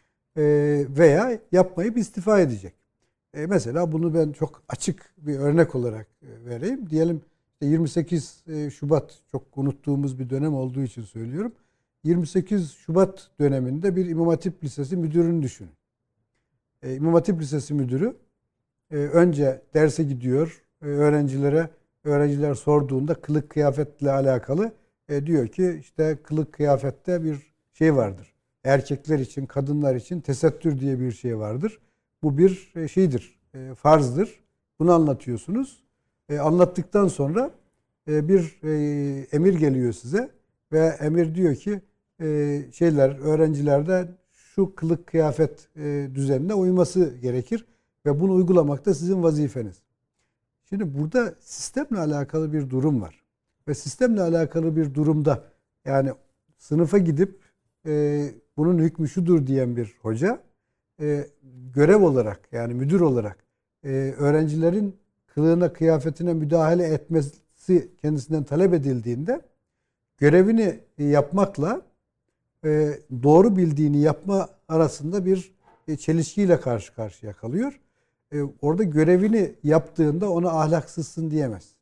veya yapmayıp istifa edecek. Mesela bunu ben çok açık bir örnek olarak vereyim. Diyelim 28 Şubat çok unuttuğumuz bir dönem olduğu için söylüyorum. 28 Şubat döneminde bir İmam Hatip Lisesi müdürünü düşünün. İmam Hatip Lisesi müdürü önce derse gidiyor. Öğrenciler sorduğunda kılık kıyafetle alakalı diyor ki işte kılık kıyafette bir şey vardır. Erkekler için, kadınlar için tesettür diye bir şey vardır. Bu bir şeydir, farzdır. Bunu anlatıyorsunuz. Anlattıktan sonra bir emir geliyor size ve emir diyor ki öğrencilerden şu kılık kıyafet düzenine uyması gerekir ve bunu uygulamak da sizin vazifeniz. Şimdi burada sistemle alakalı bir durum var ve sistemle alakalı bir durumda Yani sınıfa gidip bunun hükmü şudur diyen bir hoca görev olarak, yani müdür olarak öğrencilerin kılığına kıyafetine müdahale etmesi kendisinden talep edildiğinde görevini yapmakla doğru bildiğini yapma arasında bir çelişkiyle karşı karşıya kalıyor. Orada görevini yaptığında ona ahlaksızsın diyemez.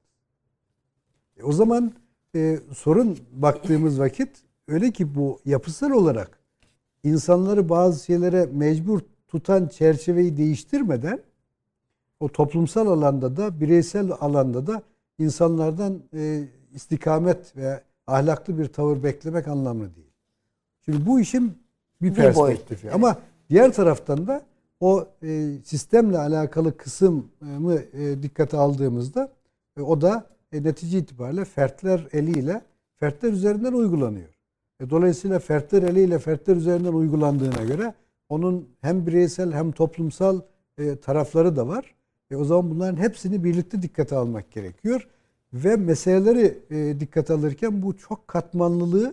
O zaman sorun baktığımız vakit öyle ki bu yapısal olarak insanları bazı şeylere mecbur tutan çerçeveyi değiştirmeden o toplumsal alanda da bireysel alanda da insanlardan istikamet ve ahlaklı bir tavır beklemek anlamlı değil. Şimdi bu işin bir perspektifi. Evet. Ama diğer taraftan da o sistemle alakalı kısmı dikkate aldığımızda o da netice itibariyle fertler eliyle fertler üzerinden uygulanıyor. Dolayısıyla fertler eliyle fertler üzerinden uygulandığına göre onun hem bireysel hem toplumsal tarafları da var. O zaman bunların hepsini birlikte dikkate almak gerekiyor. Ve meseleleri dikkate alırken bu çok katmanlılığı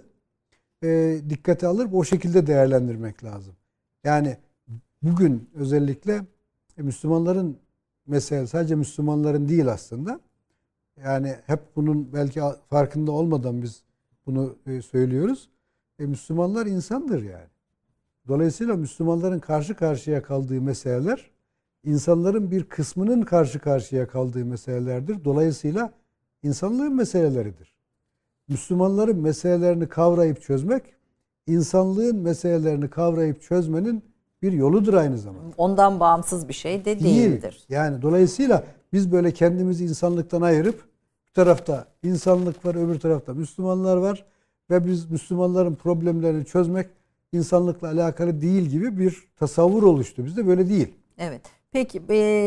dikkate alır, o şekilde değerlendirmek lazım. Yani bugün özellikle Müslümanların meselesi sadece Müslümanların değil aslında. Yani hep bunun belki farkında olmadan biz bunu söylüyoruz. Müslümanlar insandır yani. Dolayısıyla Müslümanların karşı karşıya kaldığı meseleler insanların bir kısmının karşı karşıya kaldığı meselelerdir. Dolayısıyla insanlığın meseleleridir. Müslümanların meselelerini kavrayıp çözmek, insanlığın meselelerini kavrayıp çözmenin bir yoludur aynı zamanda. Ondan bağımsız bir şey de değildir. Yani dolayısıyla biz böyle kendimizi insanlıktan ayırıp bir tarafta insanlık var, öbür tarafta Müslümanlar var ve biz Müslümanların problemlerini çözmek insanlıkla alakalı değil gibi bir tasavvur oluştu. Bizde böyle değil. Evet. Peki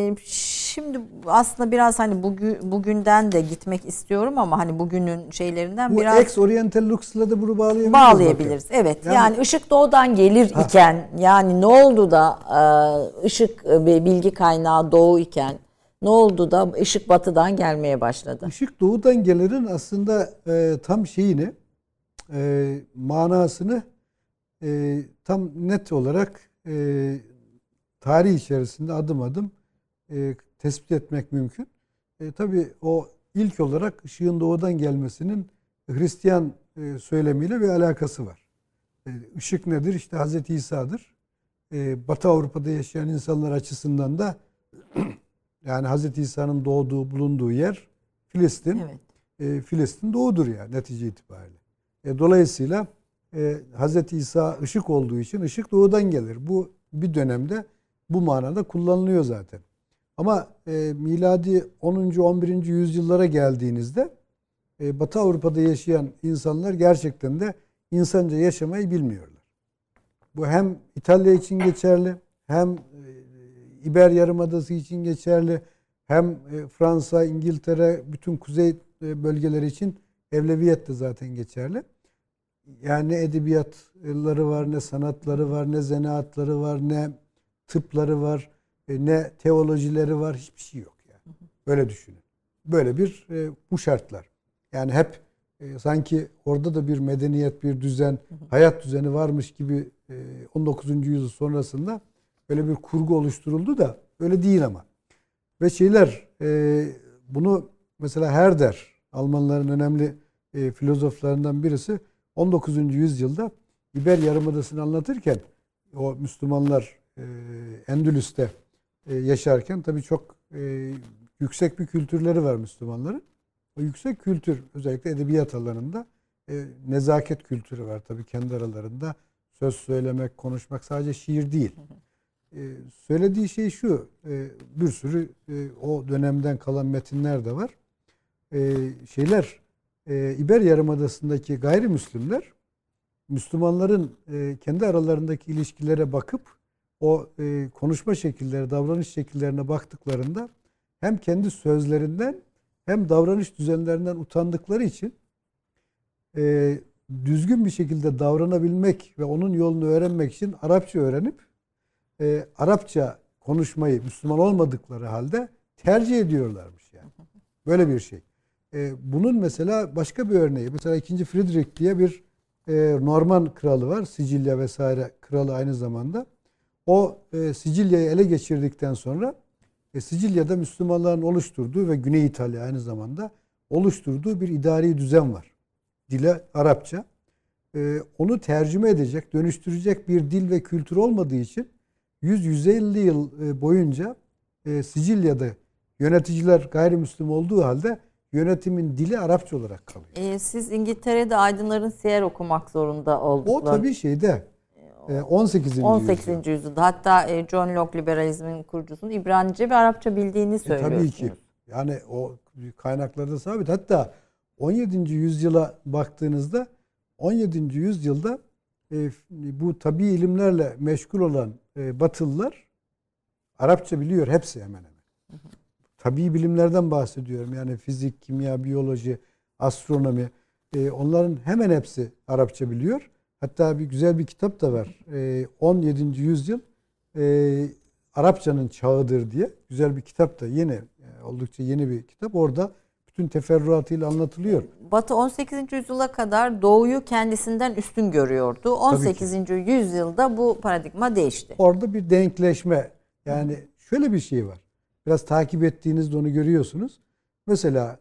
şimdi aslında biraz hani bugünden de gitmek istiyorum ama hani bugünün şeylerinden bu biraz... Bu ex-Oriental Lux'la da bunu bağlayabiliriz. Evet. Yani ışık doğudan gelir iken yani ne oldu da ışık bilgi kaynağı doğu iken ne oldu da ışık batıdan gelmeye başladı? Işık doğudan gelirin aslında tam şeyini manasını tam net olarak tarih içerisinde adım adım tespit etmek mümkün. Tabii o ilk olarak ışığın doğudan gelmesinin Hristiyan söylemiyle bir alakası var. Işık nedir? İşte Hazreti İsa'dır. Batı Avrupa'da yaşayan insanlar açısından da yani Hazreti İsa'nın doğduğu, bulunduğu yer Filistin. Evet. Filistin doğudur yani netice itibariyle. Dolayısıyla Hazreti İsa ışık olduğu için ışık doğudan gelir. Bu bir dönemde bu manada kullanılıyor zaten. Ama miladi 10. 11. yüzyıllara geldiğinizde Batı Avrupa'da yaşayan insanlar gerçekten de insanca yaşamayı bilmiyorlar. Bu hem İtalya için geçerli, hem İber Yarımadası için geçerli, hem Fransa, İngiltere, bütün kuzey bölgeleri için Evleviyet de zaten geçerli. Yani ne edebiyatları var, ne sanatları var, ne zanaatları var, ne tıpları var, ne teolojileri var, hiçbir şey yok yani. Böyle düşünün. Böyle bir bu şartlar. Yani hep sanki orada da bir medeniyet, bir düzen, hayat düzeni varmış gibi 19. yüzyıl sonrasında böyle bir kurgu oluşturuldu da öyle değil ama. Ve bunu mesela Herder, Almanların önemli filozoflarından birisi 19. yüzyılda İber Yarımadası'nı anlatırken o Müslümanlar Endülüs'te yaşarken tabii çok yüksek bir kültürleri var Müslümanların. O yüksek kültür özellikle edebiyat alanında nezaket kültürü var tabii kendi aralarında. Söz söylemek, konuşmak sadece şiir değil. Söylediği şey şu, bir sürü o dönemden kalan metinler de var. İber Yarımadası'ndaki gayrimüslimler Müslümanların kendi aralarındaki ilişkilere bakıp o konuşma şekilleri, davranış şekillerine baktıklarında hem kendi sözlerinden hem davranış düzenlerinden utandıkları için düzgün bir şekilde davranabilmek ve onun yolunu öğrenmek için Arapça öğrenip Arapça konuşmayı Müslüman olmadıkları halde tercih ediyorlarmış yani. Böyle bir şey. Bunun mesela başka bir örneği. Mesela 2. Friedrich diye bir Norman kralı var. Sicilya vesaire kralı aynı zamanda. O Sicilya'yı ele geçirdikten sonra Sicilya'da Müslümanların oluşturduğu ve Güney İtalya aynı zamanda oluşturduğu bir idari düzen var. Dile Arapça. Onu tercüme edecek, dönüştürecek bir dil ve kültür olmadığı için 100-150 yıl boyunca Sicilya'da yöneticiler gayrimüslim olduğu halde yönetimin dili Arapça olarak kalıyor. Siz İngiltere'de aydınların siyer okumak zorunda oldukları. O tabii şeyde 18. 18. yüzyılda. Hatta John Locke liberalizmin kurucusunun İbranice ve Arapça bildiğini söylüyorsunuz. Tabii ki. Yani o kaynaklarda sabit. Hatta 17. yüzyıla baktığınızda 17. yüzyılda bu tabii ilimlerle meşgul olan Batılılar Arapça biliyor hepsi hemen hemen. Tabii bilimlerden bahsediyorum. Yani fizik, kimya, biyoloji, astronomi. Onların hemen hepsi Arapça biliyor. Hatta güzel bir kitap da var. 17. yüzyıl Arapçanın çağıdır diye. Güzel bir kitap da oldukça yeni bir kitap. Orada bütün teferruatıyla anlatılıyor. Batı 18. yüzyıla kadar Doğu'yu kendisinden üstün görüyordu. 18. yüzyılda bu paradigma değişti. Orada bir denkleşme. Yani şöyle bir şey var. Biraz takip ettiğinizde onu görüyorsunuz. Mesela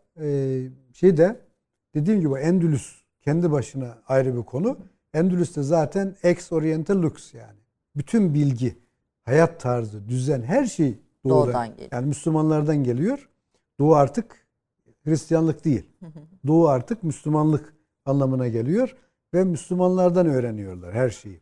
dediğim gibi Endülüs kendi başına ayrı bir konu. Endülüs'te zaten ex oriente lux yani. Bütün bilgi, hayat tarzı, düzen her şey Doğudan geliyor. Yani Müslümanlardan geliyor. Doğu artık Hristiyanlık değil. Doğu artık Müslümanlık anlamına geliyor ve Müslümanlardan öğreniyorlar her şeyi.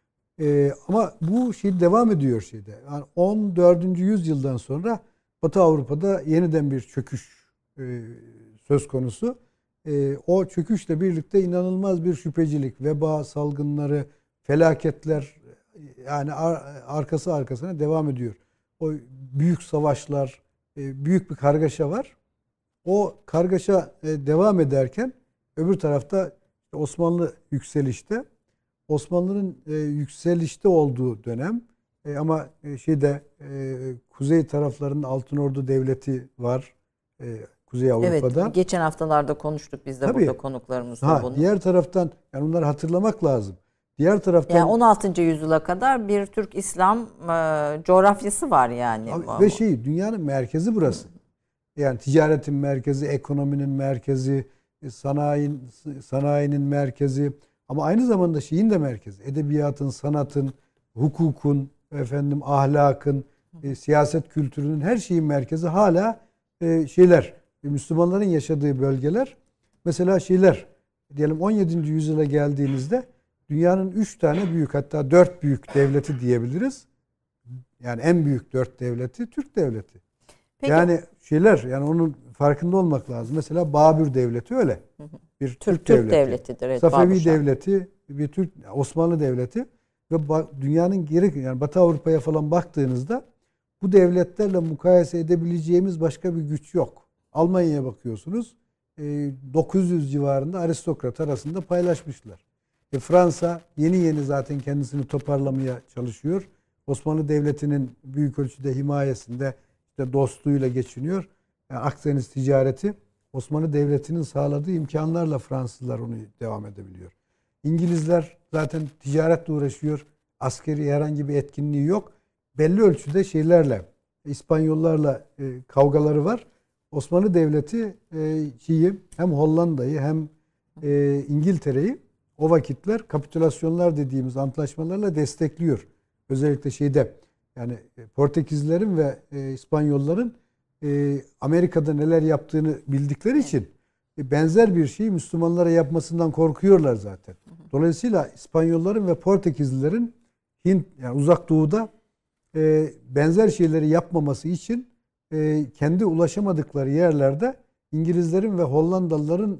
Ama bu şey devam ediyor şeyde. Yani 14. yüzyıldan sonra Batı Avrupa'da yeniden bir çöküş söz konusu. O çöküşle birlikte inanılmaz bir şüphecilik, veba salgınları, felaketler yani arkası arkasına devam ediyor. O büyük savaşlar, büyük bir kargaşa var. O kargaşa devam ederken öbür tarafta Osmanlı yükselişte. Osmanlı'nın yükselişte olduğu dönem ama kuzey taraflarında Altınordu Devleti var. Kuzey Avrupa'da. Evet, geçen haftalarda konuştuk biz de burada konuklarımızla bunu. Diğer taraftan yani onları hatırlamak lazım. Diğer taraftan yani 16. yüzyıla kadar bir Türk İslam coğrafyası var yani. Ve dünyanın merkezi burası. Yani ticaretin merkezi, ekonominin merkezi, sanayinin merkezi ama aynı zamanda şeyin de merkezi. Edebiyatın, sanatın, hukukun, ahlakın, siyaset kültürünün her şeyin merkezi hala Müslümanların yaşadığı bölgeler. Mesela diyelim 17. yüzyıla geldiğinizde dünyanın 3 tane büyük hatta 4 büyük devleti diyebiliriz. Yani en büyük 4 devleti Türk devleti. Peki. Yani onun farkında olmak lazım. Mesela Babür devleti öyle. Bir Türk devletidir. Evet, Safevi devleti, bir Osmanlı devleti ve dünyanın yani Batı Avrupa'ya falan baktığınızda bu devletlerle mukayese edebileceğimiz başka bir güç yok. Almanya'ya bakıyorsunuz. 900 civarında aristokrat arasında paylaşmışlar. Fransa yeni zaten kendisini toparlamaya çalışıyor. Osmanlı Devleti'nin büyük ölçüde himayesinde dostluğuyla geçiniyor. Yani Akdeniz ticareti Osmanlı Devleti'nin sağladığı imkanlarla Fransızlar onu devam edebiliyor. İngilizler zaten ticaretle uğraşıyor. Askeri herhangi bir etkinliği yok. Belli ölçüde İspanyollarla kavgaları var. Osmanlı Devleti hem Hollanda'yı hem İngiltere'yi o vakitler kapitülasyonlar dediğimiz antlaşmalarla destekliyor. Özellikle yani Portekizlilerin ve İspanyolların Amerika'da neler yaptığını bildikleri için benzer bir şeyi Müslümanlara yapmasından korkuyorlar zaten. Dolayısıyla İspanyolların ve Portekizlilerin yani Uzak Doğu'da benzer şeyleri yapmaması için kendi ulaşamadıkları yerlerde İngilizlerin ve Hollandalıların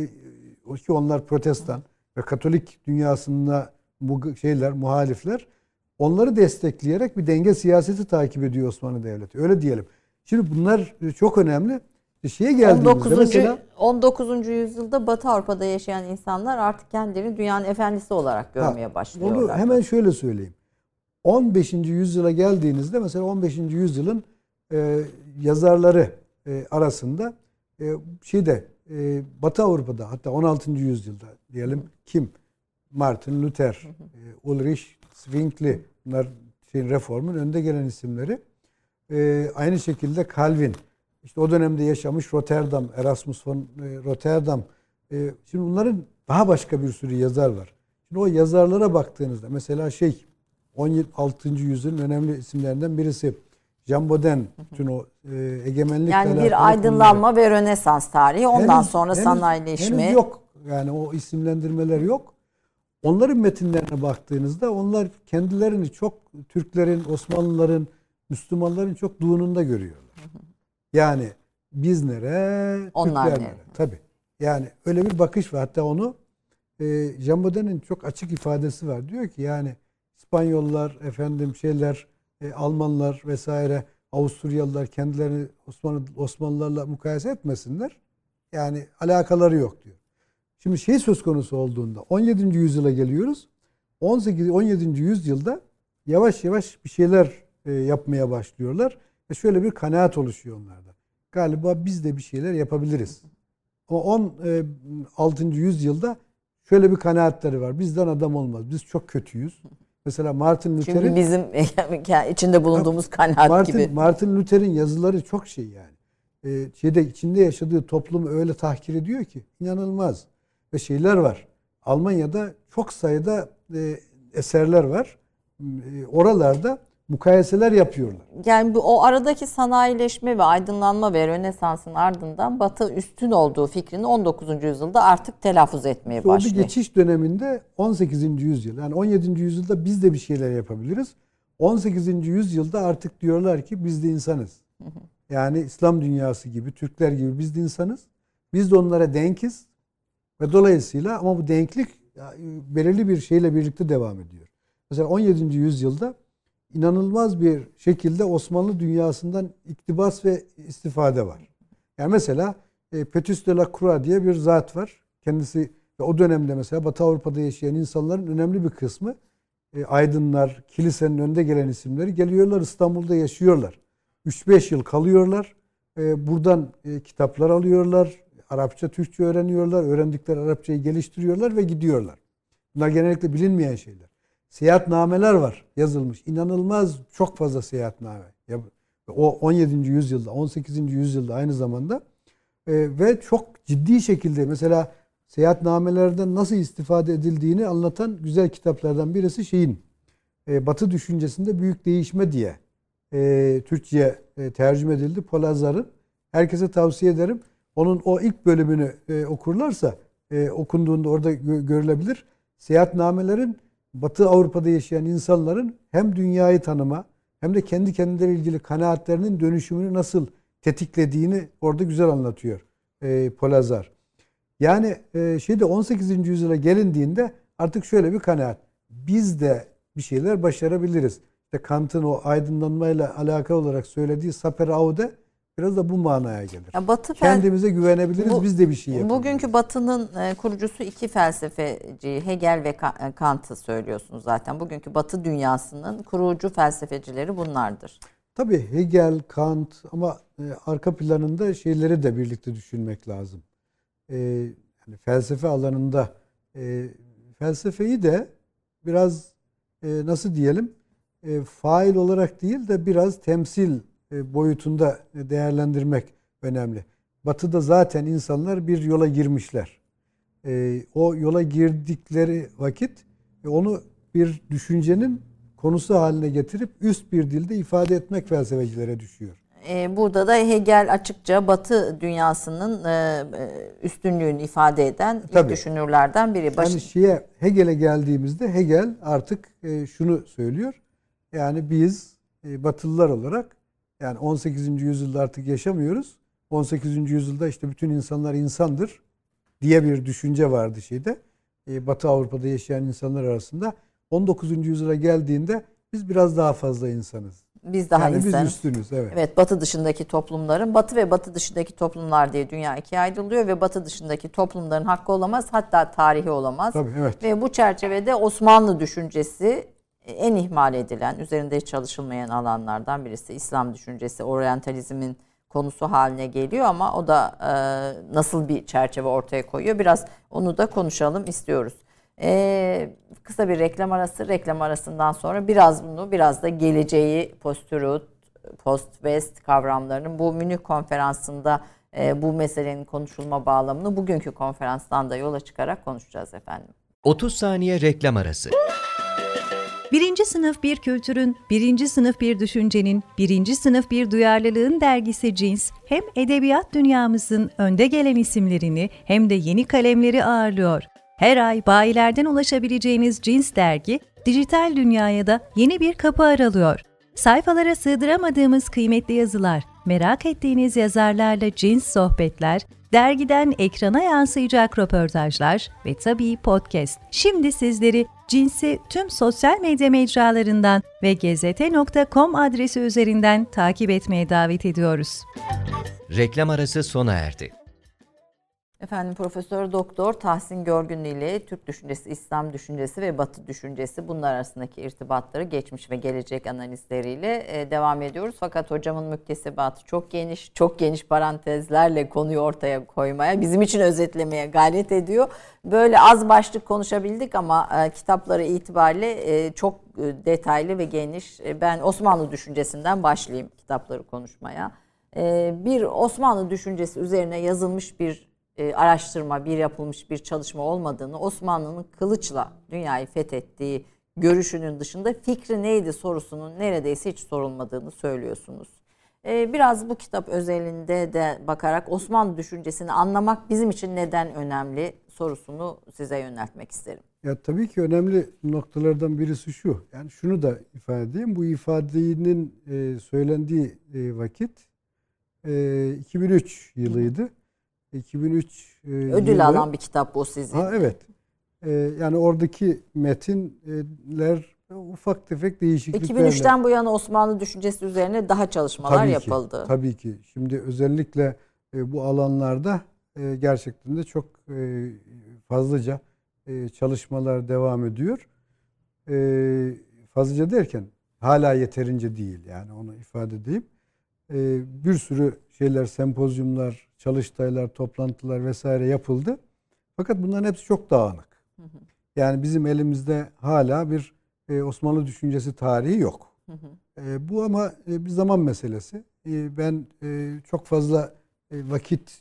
ki onlar Protestan ve Katolik dünyasında muhalifler onları destekleyerek bir denge siyaseti takip ediyor Osmanlı Devleti. Öyle diyelim. Şimdi bunlar çok önemli. Geldiğimizde mesela 19. yüzyılda Batı Avrupa'da yaşayan insanlar artık kendilerini dünyanın efendisi olarak görmeye başlıyorlar. Onu hemen şöyle söyleyeyim. 15. yüzyıla geldiğinizde mesela 15. yüzyılın yazarları arasında Batı Avrupa'da hatta 16. yüzyılda diyelim kim? Martin Luther, Ulrich Zwingli, bunlar reformun önde gelen isimleri. Aynı şekilde Calvin, işte o dönemde yaşamış Rotterdam, Erasmus von Rotterdam. Şimdi bunların daha başka bir sürü yazar var. Şimdi o yazarlara baktığınızda mesela 16. yüzyılın önemli isimlerinden birisi Jean Bodin, bütün o egemenlikle yani bir aydınlanma ve Rönesans tarihi, ondan sonra sanayileşme. Henüz yok. Yani o isimlendirmeler yok. Onların metinlerine baktığınızda onlar kendilerini çok Türklerin, Osmanlıların, Müslümanların çok duğununda görüyorlar. Yani biz nere, onlar Türkler nere? Tabii. Yani öyle bir bakış var. Hatta onu Jean Bodin'in çok açık ifadesi var. Diyor ki yani İspanyollar, Almanlar vesaire, Avusturyalılar kendilerini Osmanlılarla mukayese etmesinler. Yani alakaları yok diyor. Şimdi söz konusu olduğunda 17. yüzyıla geliyoruz. 17. yüzyılda yavaş yavaş bir şeyler yapmaya başlıyorlar. Ve şöyle bir kanaat oluşuyor onlarda. Galiba biz de bir şeyler yapabiliriz. Ama 16. yüzyılda şöyle bir kanaatleri var. Bizden adam olmaz. Biz çok kötüyüz. Mesela Martin Luther'in... Çünkü bizim içinde bulunduğumuz kanaat gibi. Martin Luther'in yazıları çok yani. İçinde yaşadığı toplumu öyle tahkir ediyor ki inanılmaz. Ve şeyler var. Almanya'da çok sayıda eserler var. Oralarda mukayeseler yapıyorlar. Yani o aradaki sanayileşme ve aydınlanma ve Rönesans'ın ardından Batı üstün olduğu fikrini 19. yüzyılda artık telaffuz etmeye başlıyor. O geçiş döneminde 18. yüzyıl. Yani 17. yüzyılda biz de bir şeyler yapabiliriz. 18. yüzyılda artık diyorlar ki biz de insanız. Yani İslam dünyası gibi, Türkler gibi biz de insanız. Biz de onlara denkiz. Ve dolayısıyla ama bu denklik belirli bir şeyle birlikte devam ediyor. Mesela 17. yüzyılda inanılmaz bir şekilde Osmanlı dünyasından iktibas ve istifade var. Yani mesela Petrus de la Croix diye bir zat var. Kendisi o dönemde mesela Batı Avrupa'da yaşayan insanların önemli bir kısmı aydınlar, kilisenin önde gelen isimleri geliyorlar, İstanbul'da yaşıyorlar. 3-5 yıl kalıyorlar. Buradan kitaplar alıyorlar. Arapça, Türkçe öğreniyorlar. Öğrendikleri Arapçayı geliştiriyorlar ve gidiyorlar. Bunlar genellikle bilinmeyen şeyler. Seyahatnameler var yazılmış. İnanılmaz çok fazla seyahatname. O 17. yüzyılda, 18. yüzyılda aynı zamanda ve çok ciddi şekilde mesela seyahatnamelerden nasıl istifade edildiğini anlatan güzel kitaplardan birisi Batı düşüncesinde büyük değişme diye Türkçe'ye tercüme edildi. Polazar'ın. Herkese tavsiye ederim. Onun o ilk bölümünü okurlarsa okunduğunda orada görülebilir. Seyahatnamelerin Batı Avrupa'da yaşayan insanların hem dünyayı tanıma hem de kendi kendileri ilgili kanaatlerinin dönüşümünü nasıl tetiklediğini orada güzel anlatıyor Polazar. Yani 18. yüzyıla gelindiğinde artık şöyle bir kanaat. Biz de bir şeyler başarabiliriz. İşte Kant'ın o aydınlanmayla alakalı olarak söylediği Saper Aude biraz da bu manaya gelir. Ya Batı kendimize güvenebiliriz, biz de bir şey yapabiliriz. Bugünkü Batı'nın kurucusu iki felsefeci, Hegel ve Kant'ı söylüyorsunuz zaten. Bugünkü Batı dünyasının kurucu felsefecileri bunlardır. Tabii Hegel, Kant ama arka planında şeyleri de birlikte düşünmek lazım. Yani felsefe alanında felsefeyi de biraz nasıl diyelim fail olarak değil de biraz temsil boyutunda değerlendirmek önemli. Batı'da zaten insanlar bir yola girmişler. O yola girdikleri vakit onu bir düşüncenin konusu haline getirip üst bir dilde ifade etmek felsefecilere düşüyor. Burada da Hegel açıkça Batı dünyasının üstünlüğünü ifade eden ilk düşünürlerden biri. Yani Hegel'e geldiğimizde Hegel artık şunu söylüyor. Yani biz Batılılar olarak yani 18. yüzyılda artık yaşamıyoruz. 18. yüzyılda işte bütün insanlar insandır diye bir düşünce vardı Batı Avrupa'da yaşayan insanlar arasında. 19. yüzyıla geldiğinde biz biraz daha fazla insanız. Biz daha yani insanız. Biz üstünüz. Evet, Batı dışındaki toplumların, Batı ve Batı dışındaki toplumlar diye dünya ikiye ayrılıyor ve Batı dışındaki toplumların hakkı olamaz, hatta tarihi olamaz. Tabii, evet. Ve bu çerçevede Osmanlı düşüncesi en ihmal edilen, üzerinde hiç çalışılmayan alanlardan birisi. İslam düşüncesi, oryantalizmin konusu haline geliyor ama o da nasıl bir çerçeve ortaya koyuyor? Biraz onu da konuşalım istiyoruz. Kısa bir reklam arası. Reklam arasından sonra biraz da geleceği, post-truth, post-west kavramlarının bu Münih konferansında bu meselenin konuşulma bağlamını bugünkü konferanstan da yola çıkarak konuşacağız efendim. 30 saniye reklam arası. Birinci sınıf bir kültürün, birinci sınıf bir düşüncenin, birinci sınıf bir duyarlılığın dergisi Cins, hem edebiyat dünyamızın önde gelen isimlerini hem de yeni kalemleri ağırlıyor. Her ay bayilerden ulaşabileceğiniz Cins dergi, dijital dünyaya da yeni bir kapı aralıyor. Sayfalara sığdıramadığımız kıymetli yazılar, merak ettiğiniz yazarlarla cins sohbetler, dergiden ekrana yansıyacak röportajlar ve tabii podcast. Şimdi sizleri Cins'i tüm sosyal medya mecralarından ve gezete.com adresi üzerinden takip etmeye davet ediyoruz. Reklam arası sona erdi. Efendim Profesör Doktor Tahsin Görgün ile Türk düşüncesi, İslam düşüncesi ve Batı düşüncesi bunlar arasındaki irtibatları geçmiş ve gelecek analizleriyle devam ediyoruz. Fakat hocamın müktesebatı çok geniş parantezlerle konuyu ortaya koymaya, bizim için özetlemeye gayret ediyor. Böyle az başlık konuşabildik ama kitapları itibariyle çok detaylı ve geniş. Ben Osmanlı düşüncesinden başlayayım kitapları konuşmaya. Bir Osmanlı düşüncesi üzerine yazılmış bir araştırma, yapılmış bir çalışma olmadığını, Osmanlı'nın kılıçla dünyayı fethettiği görüşünün dışında fikri neydi sorusunun neredeyse hiç sorulmadığını söylüyorsunuz. Biraz bu kitap özelinde de bakarak Osmanlı düşüncesini anlamak bizim için neden önemli sorusunu size yöneltmek isterim. Ya tabii ki önemli noktalardan birisi şu. Yani şunu da ifade edeyim. Bu ifadenin söylendiği vakit 2003 yılıydı. 2003 ödül alan bir kitap bu sizin. Evet. Yani oradaki metinler ufak tefek değişikliklerle. 2003'ten bu yana Osmanlı düşüncesi üzerine daha çalışmalar yapıldı. Tabii ki. Şimdi özellikle bu alanlarda gerçekten de çok fazlaca çalışmalar devam ediyor. Fazlaca derken hala yeterince değil, yani onu ifade edeyim. Bir sürü şeyler, sempozyumlar, çalıştaylar, toplantılar vesaire yapıldı. Fakat bunların hepsi çok dağınık. Yani bizim elimizde hala bir Osmanlı düşüncesi tarihi yok. Bu ama bir zaman meselesi. Ben çok fazla vakit,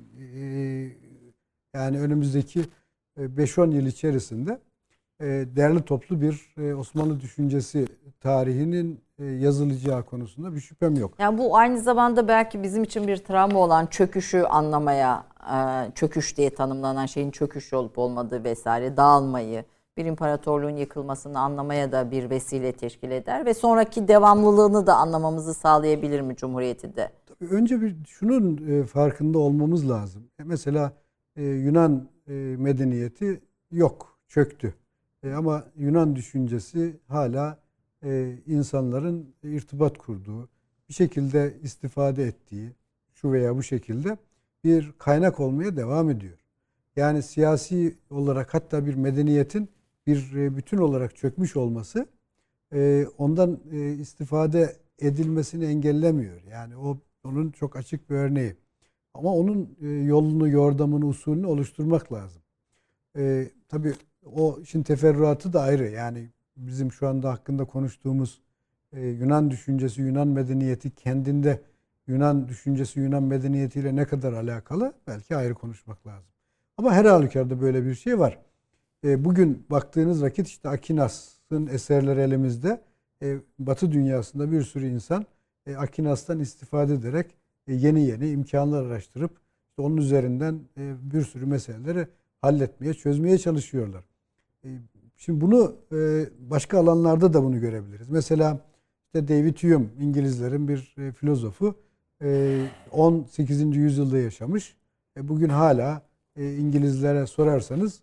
yani önümüzdeki 5-10 yıl içerisinde değerli toplu bir Osmanlı düşüncesi tarihinin yazılacağı konusunda bir şüphem yok. Yani bu aynı zamanda belki bizim için bir travma olan çöküşü anlamaya, çöküş diye tanımlanan şeyin çöküş olup olmadığı vesaire, dağılmayı, bir imparatorluğun yıkılmasını anlamaya da bir vesile teşkil eder ve sonraki devamlılığını da anlamamızı sağlayabilir mi Cumhuriyeti de? Tabii önce bir şunun farkında olmamız lazım. Mesela Yunan medeniyeti yok, çöktü. Ama Yunan düşüncesi hala insanların irtibat kurduğu, bir şekilde istifade ettiği, şu veya bu şekilde bir kaynak olmaya devam ediyor. Yani siyasi olarak hatta bir medeniyetin bir bütün olarak çökmüş olması ondan istifade edilmesini engellemiyor. Yani onun çok açık bir örneği. Ama onun yolunu, yordamını, usulünü oluşturmak lazım. Tabii o işin teferruatı da ayrı. Yani bizim şu anda hakkında konuştuğumuz Yunan düşüncesi, Yunan medeniyeti kendinde Yunan düşüncesi, Yunan medeniyetiyle ne kadar alakalı belki ayrı konuşmak lazım. Ama her halükarda böyle bir şey var. Bugün baktığınız vakit işte Akinas'ın eserleri elimizde. Batı dünyasında bir sürü insan Akinas'tan istifade ederek yeni imkanlar araştırıp işte onun üzerinden bir sürü meseleleri halletmeye, çözmeye çalışıyorlar. Şimdi bunu başka alanlarda da bunu görebiliriz. Mesela işte David Hume, İngilizlerin bir filozofu, 18. yüzyılda yaşamış. Bugün hala İngilizlere sorarsanız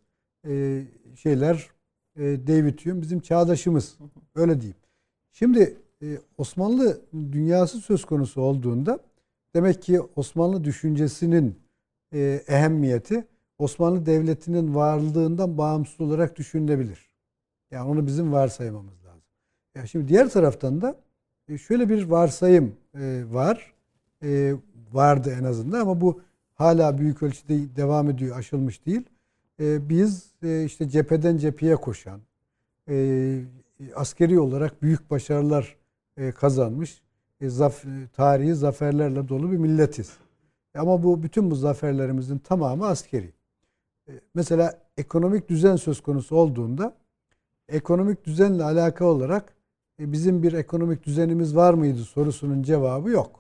David Hume bizim çağdaşımız. Öyle diyeyim. Şimdi Osmanlı dünyası söz konusu olduğunda demek ki Osmanlı düşüncesinin ehemmiyeti Osmanlı Devleti'nin varlığından bağımsız olarak düşünülebilir. Yani onu bizim varsaymamız lazım. Yani şimdi diğer taraftan da şöyle bir varsayım var. Vardı en azından ama bu hala büyük ölçüde devam ediyor, aşılmış değil. biz işte cepheden cepheye koşan, askeri olarak büyük başarılar kazanmış, tarihi zaferlerle dolu bir milletiz. Ama bütün bu zaferlerimizin tamamı askeri. Mesela ekonomik düzen söz konusu olduğunda ekonomik düzenle alakalı olarak bizim bir ekonomik düzenimiz var mıydı sorusunun cevabı yok.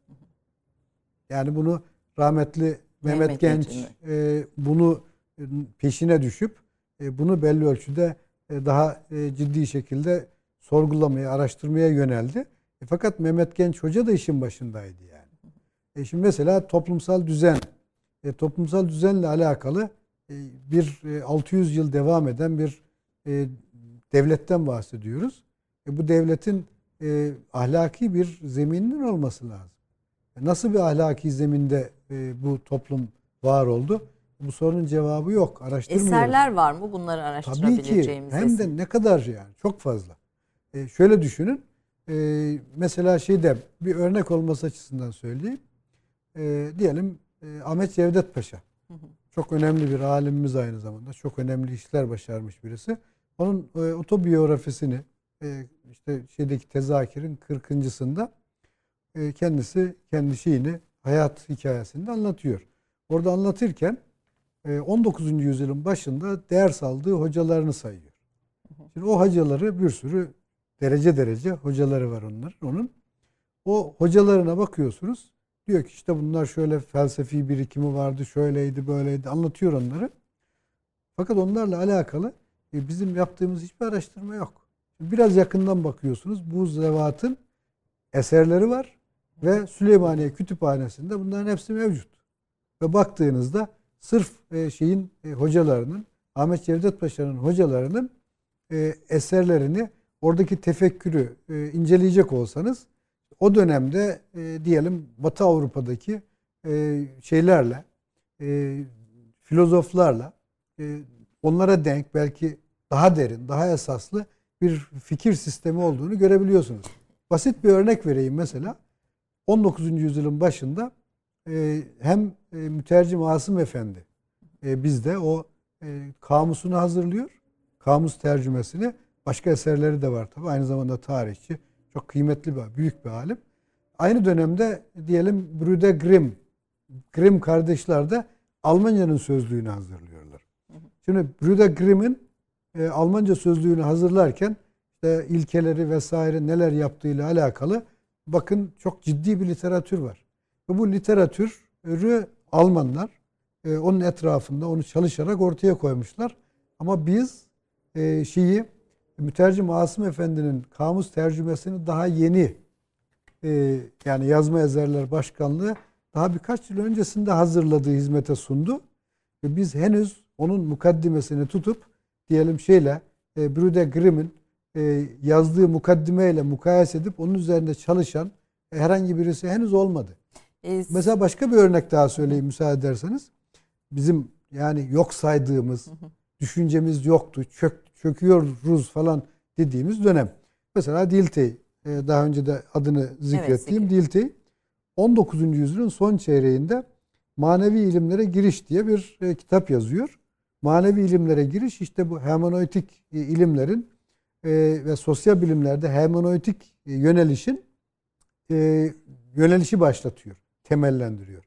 Yani bunu rahmetli Mehmet Genç bunu peşine düşüp bunu belli ölçüde daha ciddi şekilde sorgulamaya, araştırmaya yöneldi. Fakat Mehmet Genç Hoca da işin başındaydı yani. Şimdi mesela toplumsal düzen, toplumsal düzenle alakalı bir 600 yıl devam eden bir devletten bahsediyoruz. Bu devletin ahlaki bir zemininin olması lazım. Nasıl bir ahlaki zeminde bu toplum var oldu? Bu sorunun cevabı yok. Araştırmıyoruz. Eserler var mı bunları araştırabileceğimiz? Tabii ki. Hem de ne kadar yani. Çok fazla. Şöyle düşünün. Mesela bir örnek olması açısından söyleyeyim. Diyelim Ahmet Cevdet Paşa. Çok önemli bir alimimiz aynı zamanda. Çok önemli işler başarmış birisi. Onun otobiyografisini işte Tezakir'in 40.sında kendisi kendi hayat hikayesini anlatıyor. Orada anlatırken 19. yüzyılın başında ders aldığı hocalarını sayıyor. Şimdi o hocaları bir sürü derece hocaları var onun. O hocalarına bakıyorsunuz. Diyor ki işte bunlar şöyle felsefi birikimi vardı, şöyleydi, böyleydi. Anlatıyor onları. Fakat onlarla alakalı bizim yaptığımız hiçbir araştırma yok. Biraz yakından bakıyorsunuz. Bu zevatın eserleri var ve Süleymaniye Kütüphanesi'nde bunların hepsi mevcut. Ve baktığınızda sırf hocalarının, Ahmet Cevdet Paşa'nın hocalarının eserlerini, oradaki tefekkürü inceleyecek olsanız o dönemde diyelim Batı Avrupa'daki filozoflarla onlara denk belki daha derin, daha esaslı bir fikir sistemi olduğunu görebiliyorsunuz. Basit bir örnek vereyim mesela. 19. yüzyılın başında hem mütercim Asım Efendi bizde o kamusunu hazırlıyor. Kamus tercümesini. Başka eserleri de var tabii. Aynı zamanda tarihçi. Çok kıymetli büyük bir alim. Aynı dönemde diyelim Brüder Grimm kardeşler de Almanca'nın sözlüğünü hazırlıyorlar. Şimdi Brüder Grimm'in Almanca sözlüğünü hazırlarken işte ilkeleri vesaire neler yaptığıyla alakalı bakın çok ciddi bir literatür var. Ve bu literatürü Almanlar onun etrafında onu çalışarak ortaya koymuşlar. Ama biz mütercim Asım Efendi'nin kamus tercümesini daha yeni yani Yazma Yazarlar Başkanlığı daha birkaç yıl öncesinde hazırladığı hizmete sundu. Ve biz henüz onun mukaddimesini tutup diyelim Brüder Grimm'in yazdığı mukaddimeyle mukayese edip onun üzerinde çalışan herhangi birisi henüz olmadı. Mesela başka bir örnek daha söyleyeyim müsaade ederseniz. Bizim yani yok saydığımız, düşüncemiz yoktu, çöküyoruz falan dediğimiz dönem. Mesela Dilthey, daha önce de adını zikrettiğim Dilthey, 19. yüzyılın son çeyreğinde Manevi İlimlere Giriş diye bir kitap yazıyor. Manevi ilimlere giriş işte bu hermeneutik ilimlerin ve sosyal bilimlerde hermeneutik yönelişi başlatıyor, temellendiriyor.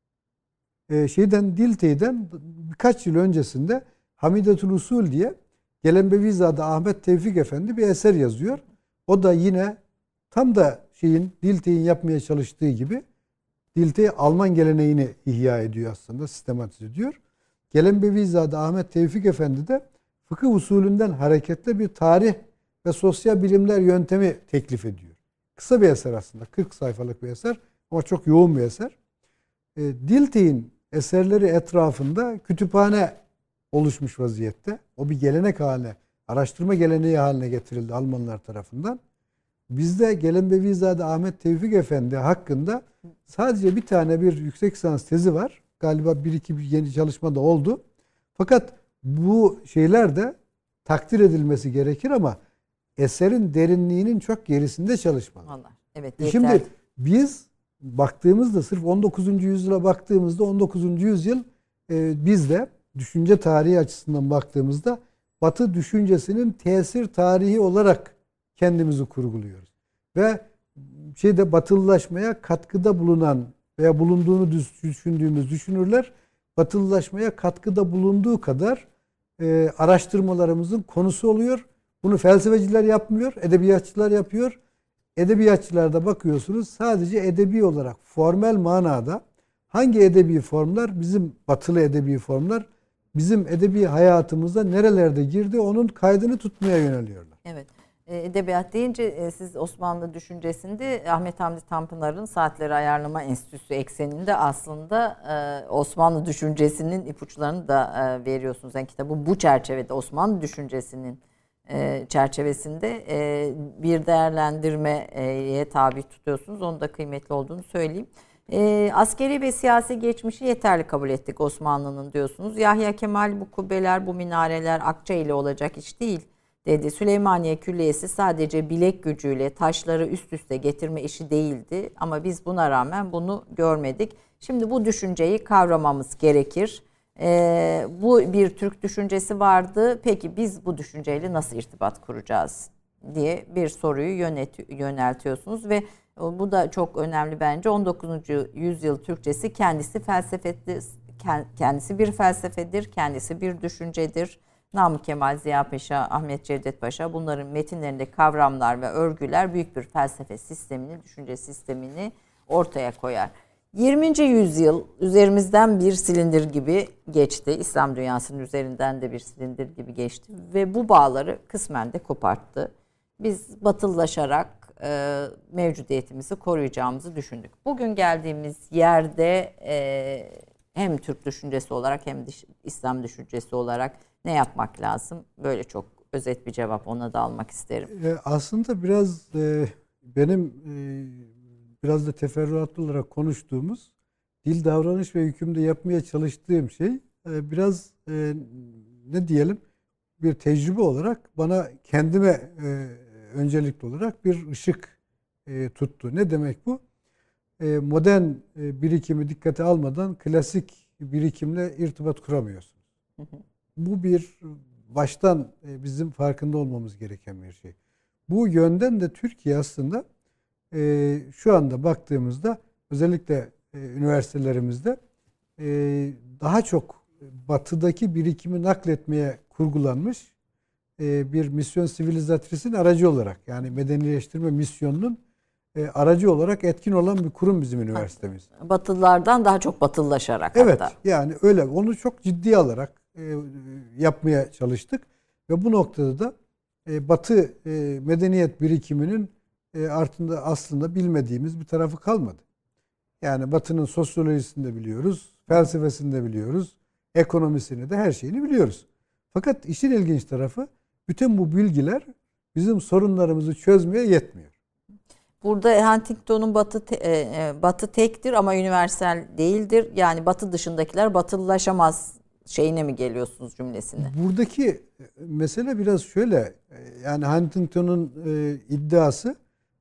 Dilthey'den birkaç yıl öncesinde Hamidetül Usul diye Gelenbevizade Ahmet Tevfik Efendi bir eser yazıyor. O da yine tam da Dilthey'in yapmaya çalıştığı gibi Dilthey Alman geleneğini ihya ediyor aslında, sistematize ediyor. Gelenbevizade Ahmet Tevfik Efendi de fıkıh usulünden hareketle bir tarih ve sosyal bilimler yöntemi teklif ediyor. Kısa bir eser aslında. 40 sayfalık bir eser ama çok yoğun bir eser. Dilthey'in eserleri etrafında kütüphane oluşmuş vaziyette. O bir gelenek haline, araştırma geleneği haline getirildi Almanlar tarafından. Bizde Gelenbevizade Ahmet Tevfik Efendi hakkında sadece bir yüksek lisans tezi var. Galiba bir yeni çalışma da oldu. Fakat bu şeyler de takdir edilmesi gerekir ama eserin derinliğinin çok gerisinde çalışmalar. Evet, şimdi biz baktığımızda sırf 19. yüzyıla baktığımızda 19. yüzyıl bizde düşünce tarihi açısından baktığımızda Batı düşüncesinin tesir tarihi olarak kendimizi kurguluyoruz. Ve batılılaşmaya katkıda bulunan veya bulunduğunu düşündüğümüz düşünürler batılılaşmaya katkıda bulunduğu kadar araştırmalarımızın konusu oluyor. Bunu felsefeciler yapmıyor, edebiyatçılar yapıyor. Edebiyatçılarda bakıyorsunuz sadece edebi olarak formel manada hangi edebi formlar bizim batılı edebi formlar bizim edebi hayatımıza nerelerde girdi onun kaydını tutmaya yöneliyorlar. Evet. Edebiyat deyince siz Osmanlı düşüncesinde Ahmet Hamdi Tanpınar'ın Saatleri Ayarlama Enstitüsü ekseninde aslında Osmanlı düşüncesinin ipuçlarını da veriyorsunuz. Yani kitabı bu çerçevede Osmanlı düşüncesinin çerçevesinde bir değerlendirmeye tabi tutuyorsunuz. Onun da kıymetli olduğunu söyleyeyim. Askeri ve siyasi geçmişi yeterli kabul ettik Osmanlı'nın diyorsunuz. Yahya Kemal bu kubbeler, bu minareler akça ile olacak iş değil dedi. Süleymaniye Külliyesi sadece bilek gücüyle taşları üst üste getirme işi değildi. Ama biz buna rağmen bunu görmedik. Şimdi bu düşünceyi kavramamız gerekir. Bu bir Türk düşüncesi vardı. Peki biz bu düşünceyle nasıl irtibat kuracağız diye bir soruyu yöneltiyorsunuz ve bu da çok önemli bence. 19. yüzyıl Türkçesi kendisi bir felsefedir, kendisi bir düşüncedir. Namık Kemal, Ziya Paşa, Ahmet Cevdet Paşa bunların metinlerinde kavramlar ve örgüler büyük bir felsefe sistemini, düşünce sistemini ortaya koyar. 20. yüzyıl üzerimizden bir silindir gibi geçti. İslam dünyasının üzerinden de bir silindir gibi geçti. Ve bu bağları kısmen de koparttı. Biz batılılaşarak mevcudiyetimizi koruyacağımızı düşündük. Bugün geldiğimiz yerde hem Türk düşüncesi olarak hem de İslam düşüncesi olarak ne yapmak lazım? Böyle çok özet bir cevap ona da almak isterim. Aslında biraz benim biraz da teferruatlı olarak konuştuğumuz dil, davranış ve hükümde yapmaya çalıştığım şey biraz ne diyelim bir tecrübe olarak bana kendime öncelikli olarak bir ışık tuttu. Ne demek bu? Modern birikimi dikkate almadan klasik birikimle irtibat kuramıyorsunuz. Bu bir baştan bizim farkında olmamız gereken bir şey. Bu yönden de Türkiye aslında şu anda baktığımızda özellikle üniversitelerimizde daha çok batıdaki birikimi nakletmeye kurgulanmış bir misyon sivilizatrisin aracı olarak yani medenileştirme misyonunun aracı olarak etkin olan bir kurum bizim üniversitemiz. Batılılardan daha çok batılılaşarak evet, hatta. Yani öyle onu çok ciddiye alarak yapmaya çalıştık ve bu noktada da Batı medeniyet birikiminin aslında bilmediğimiz bir tarafı kalmadı. Yani Batı'nın sosyolojisini de biliyoruz, felsefesini de biliyoruz, ekonomisini de her şeyini biliyoruz. Fakat işin ilginç tarafı bütün bu bilgiler bizim sorunlarımızı çözmeye yetmiyor. Burada Huntington'un batı tektir ama universal değildir. Yani batı dışındakiler batılılaşamaz şeyine mi geliyorsunuz cümlesine? Buradaki mesele biraz şöyle. Yani Huntington'un iddiası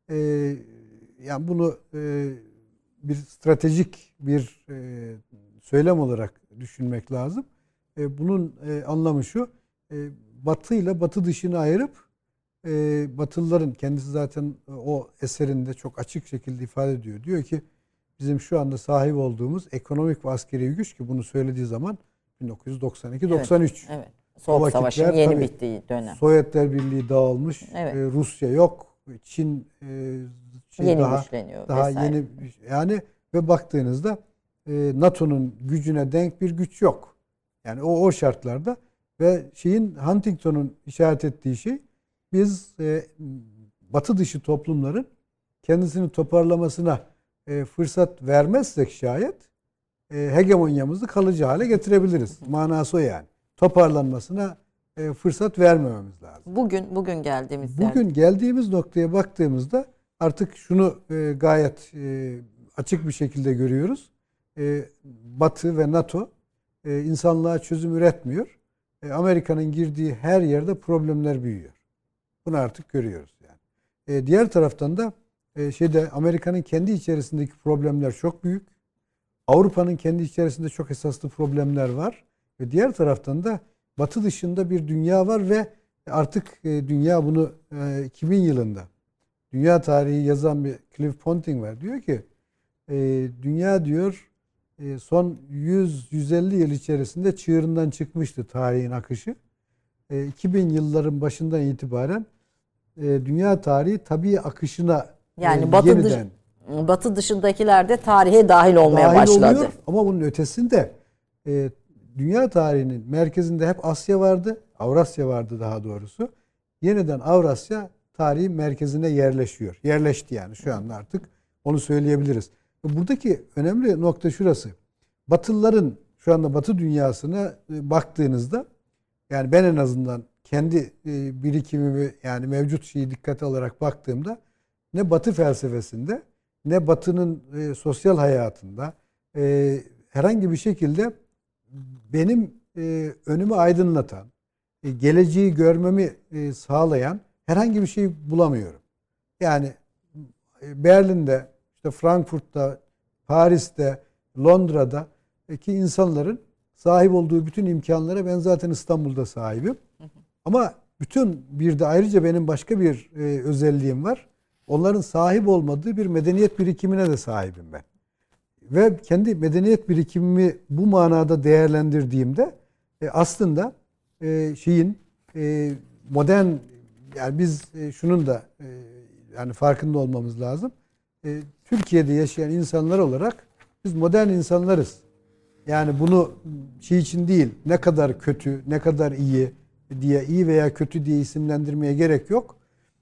yani bunu bir stratejik bir söylem olarak düşünmek lazım. Bunun anlamı şu. Batı ile batı dışını ayırıp Batılıların kendisi zaten o eserinde çok açık şekilde ifade ediyor. Diyor ki bizim şu anda sahip olduğumuz ekonomik ve askeri güç ki bunu söylediği zaman 1992-93. Evet. Soğuk Savaş'ın yeni bittiği dönem. Sovyetler Birliği dağılmış. Evet. Rusya yok. Çin yeni güçleniyor. Daha yeni yani ve baktığınızda NATO'nun gücüne denk bir güç yok. Yani o şartlarda ve Huntington'un işaret ettiği şey biz batı dışı toplumların kendisini toparlamasına fırsat vermezsek şayet hegemonyamızı kalıcı hale getirebiliriz. Manası o yani. Toparlanmasına fırsat vermememiz lazım. Bugün geldiğimiz noktaya baktığımızda artık şunu gayet açık bir şekilde görüyoruz. Batı ve NATO insanlığa çözüm üretmiyor. Amerika'nın girdiği her yerde problemler büyüyor. Bunu artık görüyoruz yani. Diğer taraftan da Amerika'nın kendi içerisindeki problemler çok büyük. Avrupa'nın kendi içerisinde çok esaslı problemler var. ve diğer taraftan da Batı dışında bir dünya var ve artık dünya bunu 2000 yılında dünya tarihi yazan bir Cliff Ponting var. Diyor ki dünya diyor son 100-150 yıl içerisinde çığırından çıkmıştı tarihin akışı. 2000 yılların başından itibaren dünya tarihi tabii akışına yani Batı dışındakiler de tarihe dahil olmaya başladı. Oluyor, ama bunun ötesinde dünya tarihinin merkezinde hep Asya vardı. Avrasya vardı daha doğrusu. Yeniden Avrasya tarihin merkezine yerleşiyor. Yerleşti yani şu anda artık onu söyleyebiliriz. Buradaki önemli nokta şurası. Batılıların şu anda Batı dünyasına baktığınızda yani ben en azından kendi birikimimi yani mevcut şeyi dikkate alarak baktığımda ne Batı felsefesinde ne Batı'nın sosyal hayatında herhangi bir şekilde benim önümü aydınlatan, geleceği görmemi sağlayan herhangi bir şey bulamıyorum. Yani Berlin'de, işte Frankfurt'ta, Paris'te, Londra'da ki insanların sahip olduğu bütün imkanlara ben zaten İstanbul'da sahibim. Ama bir de ayrıca benim başka bir özelliğim var. Onların sahip olmadığı bir medeniyet birikimine de sahibim ben. Ve kendi medeniyet birikimimi bu manada değerlendirdiğimde aslında modern yani biz şunun da yani farkında olmamız lazım. Türkiye'de yaşayan insanlar olarak biz modern insanlarız. Yani bunu için değil, ne kadar kötü, ne kadar iyi diye, iyi veya kötü diye isimlendirmeye gerek yok.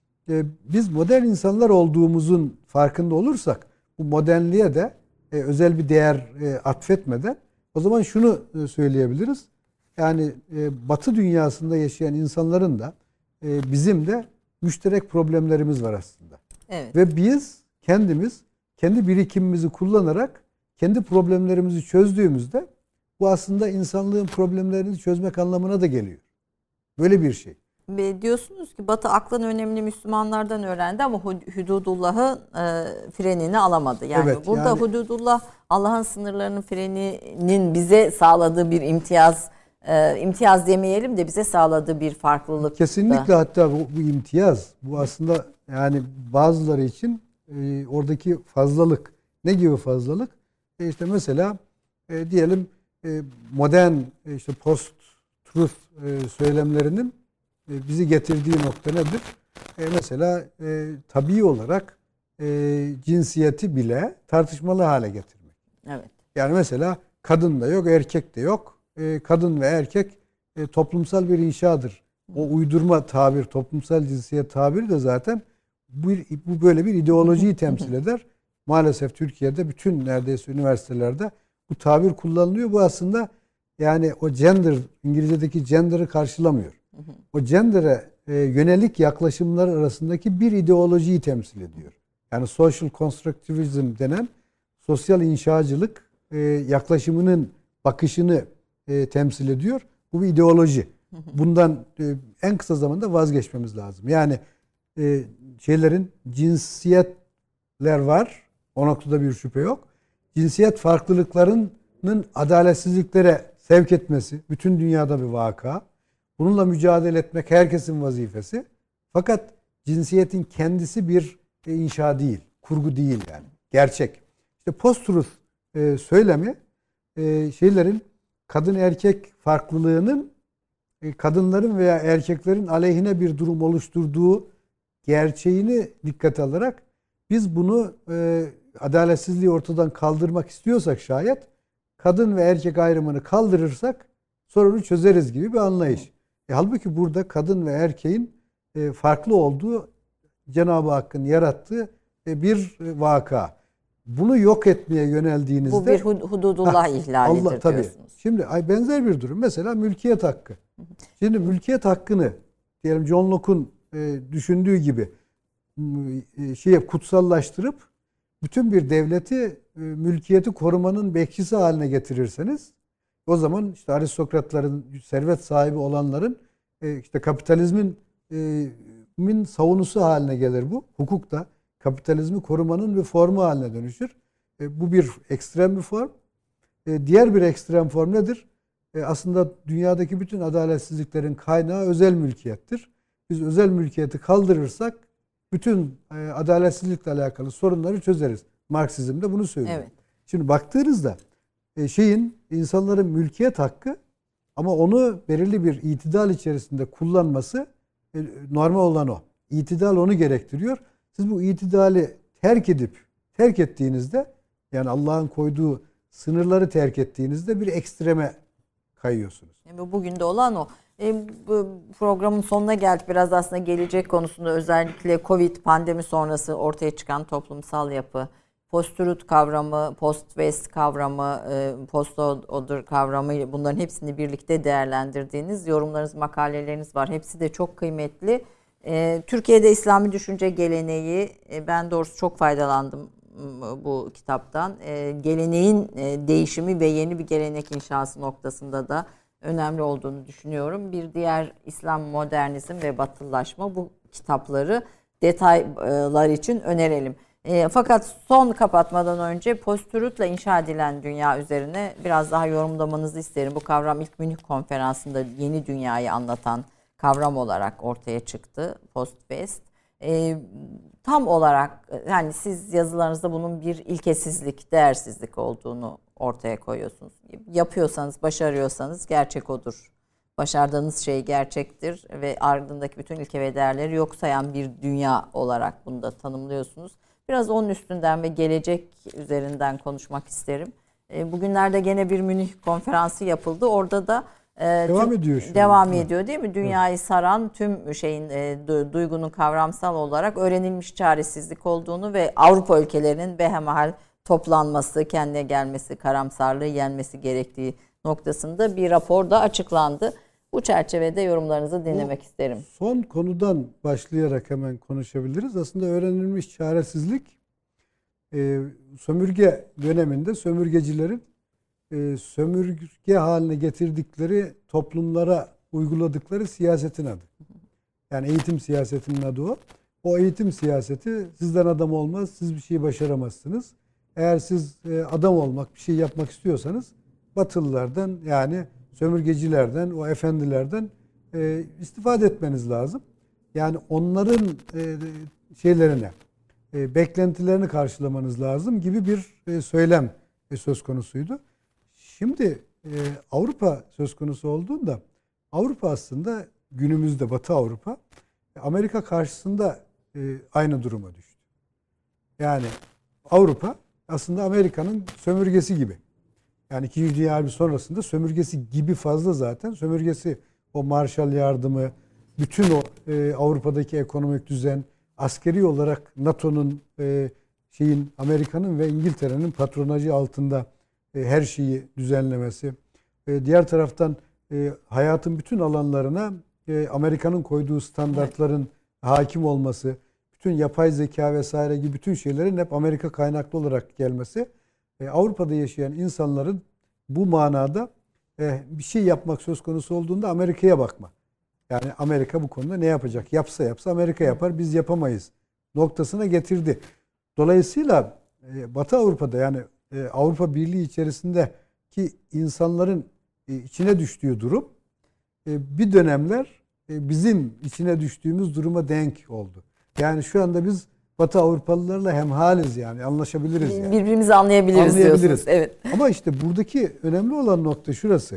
Biz modern insanlar olduğumuzun farkında olursak bu modernliğe de özel bir değer atfetmeden o zaman şunu söyleyebiliriz. Yani Batı dünyasında yaşayan insanların da bizim de müşterek problemlerimiz var aslında. Evet. Ve biz kendimiz kendi birikimimizi kullanarak kendi problemlerimizi çözdüğümüzde bu aslında insanlığın problemlerini çözmek anlamına da geliyor. Böyle bir şey. Ve diyorsunuz ki Batı aklın önemli Müslümanlardan öğrendi ama hududullah'ın frenini alamadı. Yani evet, burada hududullah Allah'ın sınırlarının freninin bize sağladığı bir imtiyaz demeyelim de bize sağladığı bir farklılık. Kesinlikle hatta bu imtiyaz. Bu aslında yani bazıları için oradaki fazlalık. Ne gibi fazlalık? İşte mesela diyelim modern işte post-truth söylemlerinin bizi getirdiği nokta nedir? Mesela tabii olarak cinsiyeti bile tartışmalı hale getirmek. Evet. Yani mesela kadın da yok, erkek de yok. Kadın ve erkek toplumsal bir inşadır. O uydurma tabir, toplumsal cinsiyet tabiri de zaten bu böyle bir ideolojiyi temsil eder. Maalesef Türkiye'de bütün neredeyse üniversitelerde bu tabir kullanılıyor. Bu aslında yani o gender, İngilizce'deki gender'ı karşılamıyor. O gender'e yönelik yaklaşımlar arasındaki bir ideolojiyi temsil ediyor. Yani social constructivism denen sosyal inşacılık yaklaşımının bakışını temsil ediyor. Bu bir ideoloji. Bundan en kısa zamanda vazgeçmemiz lazım. Yani cinsiyetler var. O noktada bir şüphe yok. Cinsiyet farklılıklarının adaletsizliklere sevk etmesi bütün dünyada bir vaka. Bununla mücadele etmek herkesin vazifesi. Fakat cinsiyetin kendisi bir inşa değil, kurgu değil yani. Gerçek. İşte post-truth söylemi kadın erkek farklılığının kadınların veya erkeklerin aleyhine bir durum oluşturduğu gerçeğini dikkate alarak biz bunu adaletsizliği ortadan kaldırmak istiyorsak şayet kadın ve erkek ayrımını kaldırırsak sorunu çözeriz gibi bir anlayış. Halbuki burada kadın ve erkeğin farklı olduğu Cenab-ı Hakk'ın yarattığı bir vaka. Bunu yok etmeye yöneldiğinizde... Bu bir hududullah ihlalidir tabii diyorsunuz. Şimdi benzer bir durum. Mesela mülkiyet hakkı. Şimdi mülkiyet hakkını diyelim John Locke'un düşündüğü gibi kutsallaştırıp bütün bir devleti mülkiyeti korumanın bekçisi haline getirirseniz o zaman işte aristokratların, servet sahibi olanların işte kapitalizmin savunusu haline gelir bu. Hukuk da kapitalizmi korumanın bir formu haline dönüşür. Bu bir ekstrem bir form. Diğer bir ekstrem form nedir? aslında dünyadaki bütün adaletsizliklerin kaynağı özel mülkiyettir. Biz özel mülkiyeti kaldırırsak bütün adaletsizlikle alakalı sorunları çözeriz. Marksizm de bunu söylüyor. Evet. Şimdi baktığınızda insanların mülkiyet hakkı ama onu belirli bir itidal içerisinde kullanması normal olan o. İtidal onu gerektiriyor. Siz bu itidali terk ettiğinizde, yani Allah'ın koyduğu sınırları terk ettiğinizde bir ekstreme kayıyorsunuz. Bugün de olan o. Bu programın sonuna geldik. Biraz aslında gelecek konusunda, özellikle Covid pandemi sonrası ortaya çıkan toplumsal yapı, post-truth kavramı, post-West kavramı, post-order kavramı, bunların hepsini birlikte değerlendirdiğiniz yorumlarınız, makaleleriniz var. Hepsi de çok kıymetli. Türkiye'de İslami düşünce geleneği, ben doğrusu çok faydalandım bu kitaptan. Geleneğin değişimi ve yeni bir gelenek inşası noktasında da önemli olduğunu düşünüyorum. Bir diğer İslam modernizm ve batılılaşma, bu kitapları detaylar için önerelim. Fakat son kapatmadan önce post-truth'la inşa edilen dünya üzerine biraz daha yorumlamanızı isterim. Bu kavram ilk Münih Konferansı'nda yeni dünyayı anlatan kavram olarak ortaya çıktı. Post-West. Tam olarak, yani siz yazılarınızda bunun bir ilkesizlik, değersizlik olduğunu ortaya koyuyorsunuz. Yapıyorsanız, başarıyorsanız gerçek odur. Başardığınız şey gerçektir ve ardındaki bütün ilke ve değerleri yok sayan bir dünya olarak bunu da tanımlıyorsunuz. Biraz onun üstünden ve gelecek üzerinden konuşmak isterim. Bugünlerde gene bir Münih konferansı yapıldı. Orada da devam ediyor değil mi? Dünyayı saran tüm şeyin, duygunun kavramsal olarak öğrenilmiş çaresizlik olduğunu ve Avrupa ülkelerinin behemahal toplanması, kendine gelmesi, karamsarlığı yenmesi gerektiği noktasında bir rapor da açıklandı. Bu çerçevede yorumlarınızı dinlemek isterim. Son konudan başlayarak hemen konuşabiliriz. Aslında öğrenilmiş çaresizlik, sömürge döneminde sömürgecilerin sömürge haline getirdikleri toplumlara uyguladıkları siyasetin adı. Yani eğitim siyasetinin adı o. O eğitim siyaseti, sizden adam olmaz, siz bir şey başaramazsınız. Eğer siz adam olmak, bir şey yapmak istiyorsanız Batılılardan, yani sömürgecilerden, o efendilerden istifade etmeniz lazım. Yani onların şeylerine, beklentilerini karşılamanız lazım gibi bir söylem söz konusuydu. Şimdi Avrupa söz konusu olduğunda, Avrupa aslında günümüzde Batı Avrupa, Amerika karşısında aynı duruma düştü. Yani Avrupa aslında Amerika'nın sömürgesi gibi. Yani 2. Dünya Harbi sonrasında sömürgesi gibi fazla zaten. Sömürgesi, o Marshall yardımı, bütün o Avrupa'daki ekonomik düzen, askeri olarak NATO'nun, Amerika'nın ve İngiltere'nin patronajı altında her şeyi düzenlemesi. Diğer taraftan hayatın bütün alanlarına Amerika'nın koyduğu standartların hakim olması, bütün yapay zeka vesaire gibi bütün şeylerin hep Amerika kaynaklı olarak gelmesi, Avrupa'da yaşayan insanların bu manada bir şey yapmak söz konusu olduğunda Amerika'ya bakma. Yani Amerika bu konuda ne yapacak? Yapsa Amerika yapar, biz yapamayız noktasına getirdi. Dolayısıyla Batı Avrupa'da, yani Avrupa Birliği içerisindeki insanların içine düştüğü durum bir dönemler bizim içine düştüğümüz duruma denk oldu. Yani şu anda biz Batı Avrupalılarla hemhaliz, yani anlaşabiliriz. Yani. Birbirimizi anlayabiliriz diyorsunuz. Evet. Ama işte buradaki önemli olan nokta şurası.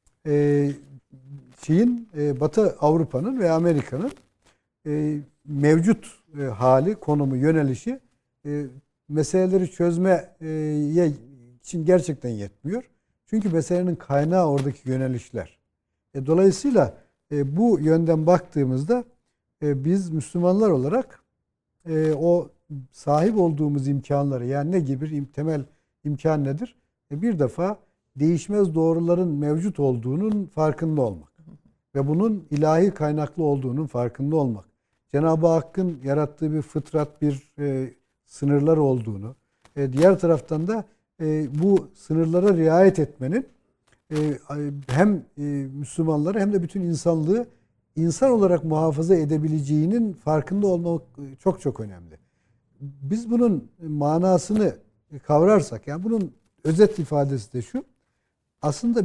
Batı Avrupa'nın ve Amerika'nın mevcut hali, konumu, yönelişi meseleleri çözmeye için gerçekten yetmiyor. Çünkü meselenin kaynağı oradaki yönelişler. Dolayısıyla bu yönden baktığımızda biz Müslümanlar olarak o sahip olduğumuz imkanları, yani ne gibi temel imkan nedir? Bir defa değişmez doğruların mevcut olduğunun farkında olmak ve bunun ilahi kaynaklı olduğunun farkında olmak. Cenab-ı Hakk'ın yarattığı bir fıtrat, bir sınırlar olduğunu, diğer taraftan da bu sınırlara riayet etmenin hem Müslümanları hem de bütün insanlığı insan olarak muhafaza edebileceğinin farkında olmak çok çok önemli. Biz bunun manasını kavrarsak, yani bunun özet ifadesi de şu: aslında bir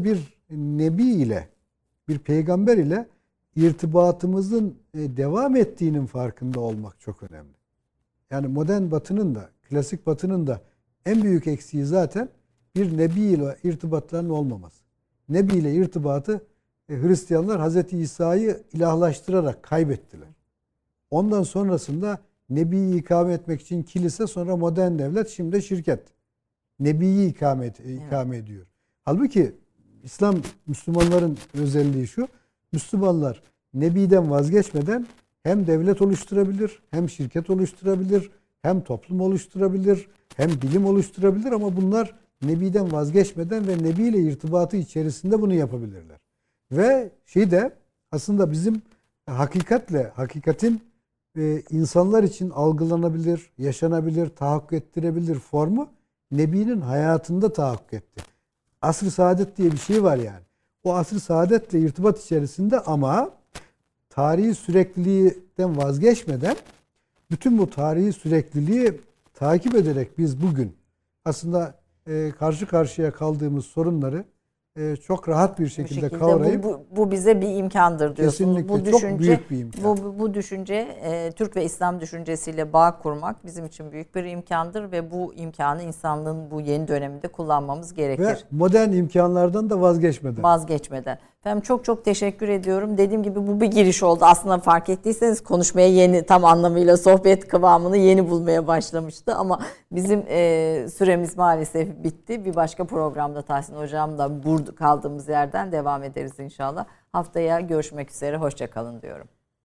nebi ile, bir peygamber ile irtibatımızın devam ettiğinin farkında olmak çok önemli. Yani modern batının da, klasik batının da en büyük eksiği zaten bir nebi ile irtibatların olmaması. Nebi ile irtibatı Hristiyanlar Hazreti İsa'yı ilahlaştırarak kaybettiler. Ondan sonrasında Nebi'yi ikame etmek için kilise, sonra modern devlet, şimdi de şirket. Nebi'yi ikame ediyor. Halbuki İslam, Müslümanların özelliği şu: Müslümanlar Nebi'den vazgeçmeden hem devlet oluşturabilir, hem şirket oluşturabilir, hem toplum oluşturabilir, hem bilim oluşturabilir, ama bunlar Nebi'den vazgeçmeden ve Nebi ile irtibatı içerisinde bunu yapabilirler. Ve aslında bizim hakikatin insanlar için algılanabilir, yaşanabilir, tahakkuk ettirebilir formu Nebi'nin hayatında tahakkuk etti. Asr-ı saadet diye bir şey var yani. O asr-ı saadetle irtibat içerisinde, ama tarihi sürekliliğinden vazgeçmeden bütün bu tarihi sürekliliği takip ederek biz bugün aslında karşı karşıya kaldığımız sorunları çok rahat bir şekilde kavrayıp bu bize bir imkandır diyorsunuz. Kesinlikle Bu çok düşünce, büyük bir imkan. Bu düşünce Türk ve İslam düşüncesiyle bağ kurmak bizim için büyük bir imkandır ve bu imkanı insanlığın bu yeni döneminde kullanmamız gerekir. Ve modern imkanlardan da vazgeçmeden. Efendim çok teşekkür ediyorum. Dediğim gibi bu bir giriş oldu. Aslında fark ettiyseniz konuşmaya tam anlamıyla sohbet kıvamını yeni bulmaya başlamıştı. Ama bizim süremiz maalesef bitti. Bir başka programda Tahsin Hocam'la kaldığımız yerden devam ederiz inşallah. Haftaya görüşmek üzere. Hoşça kalın diyorum.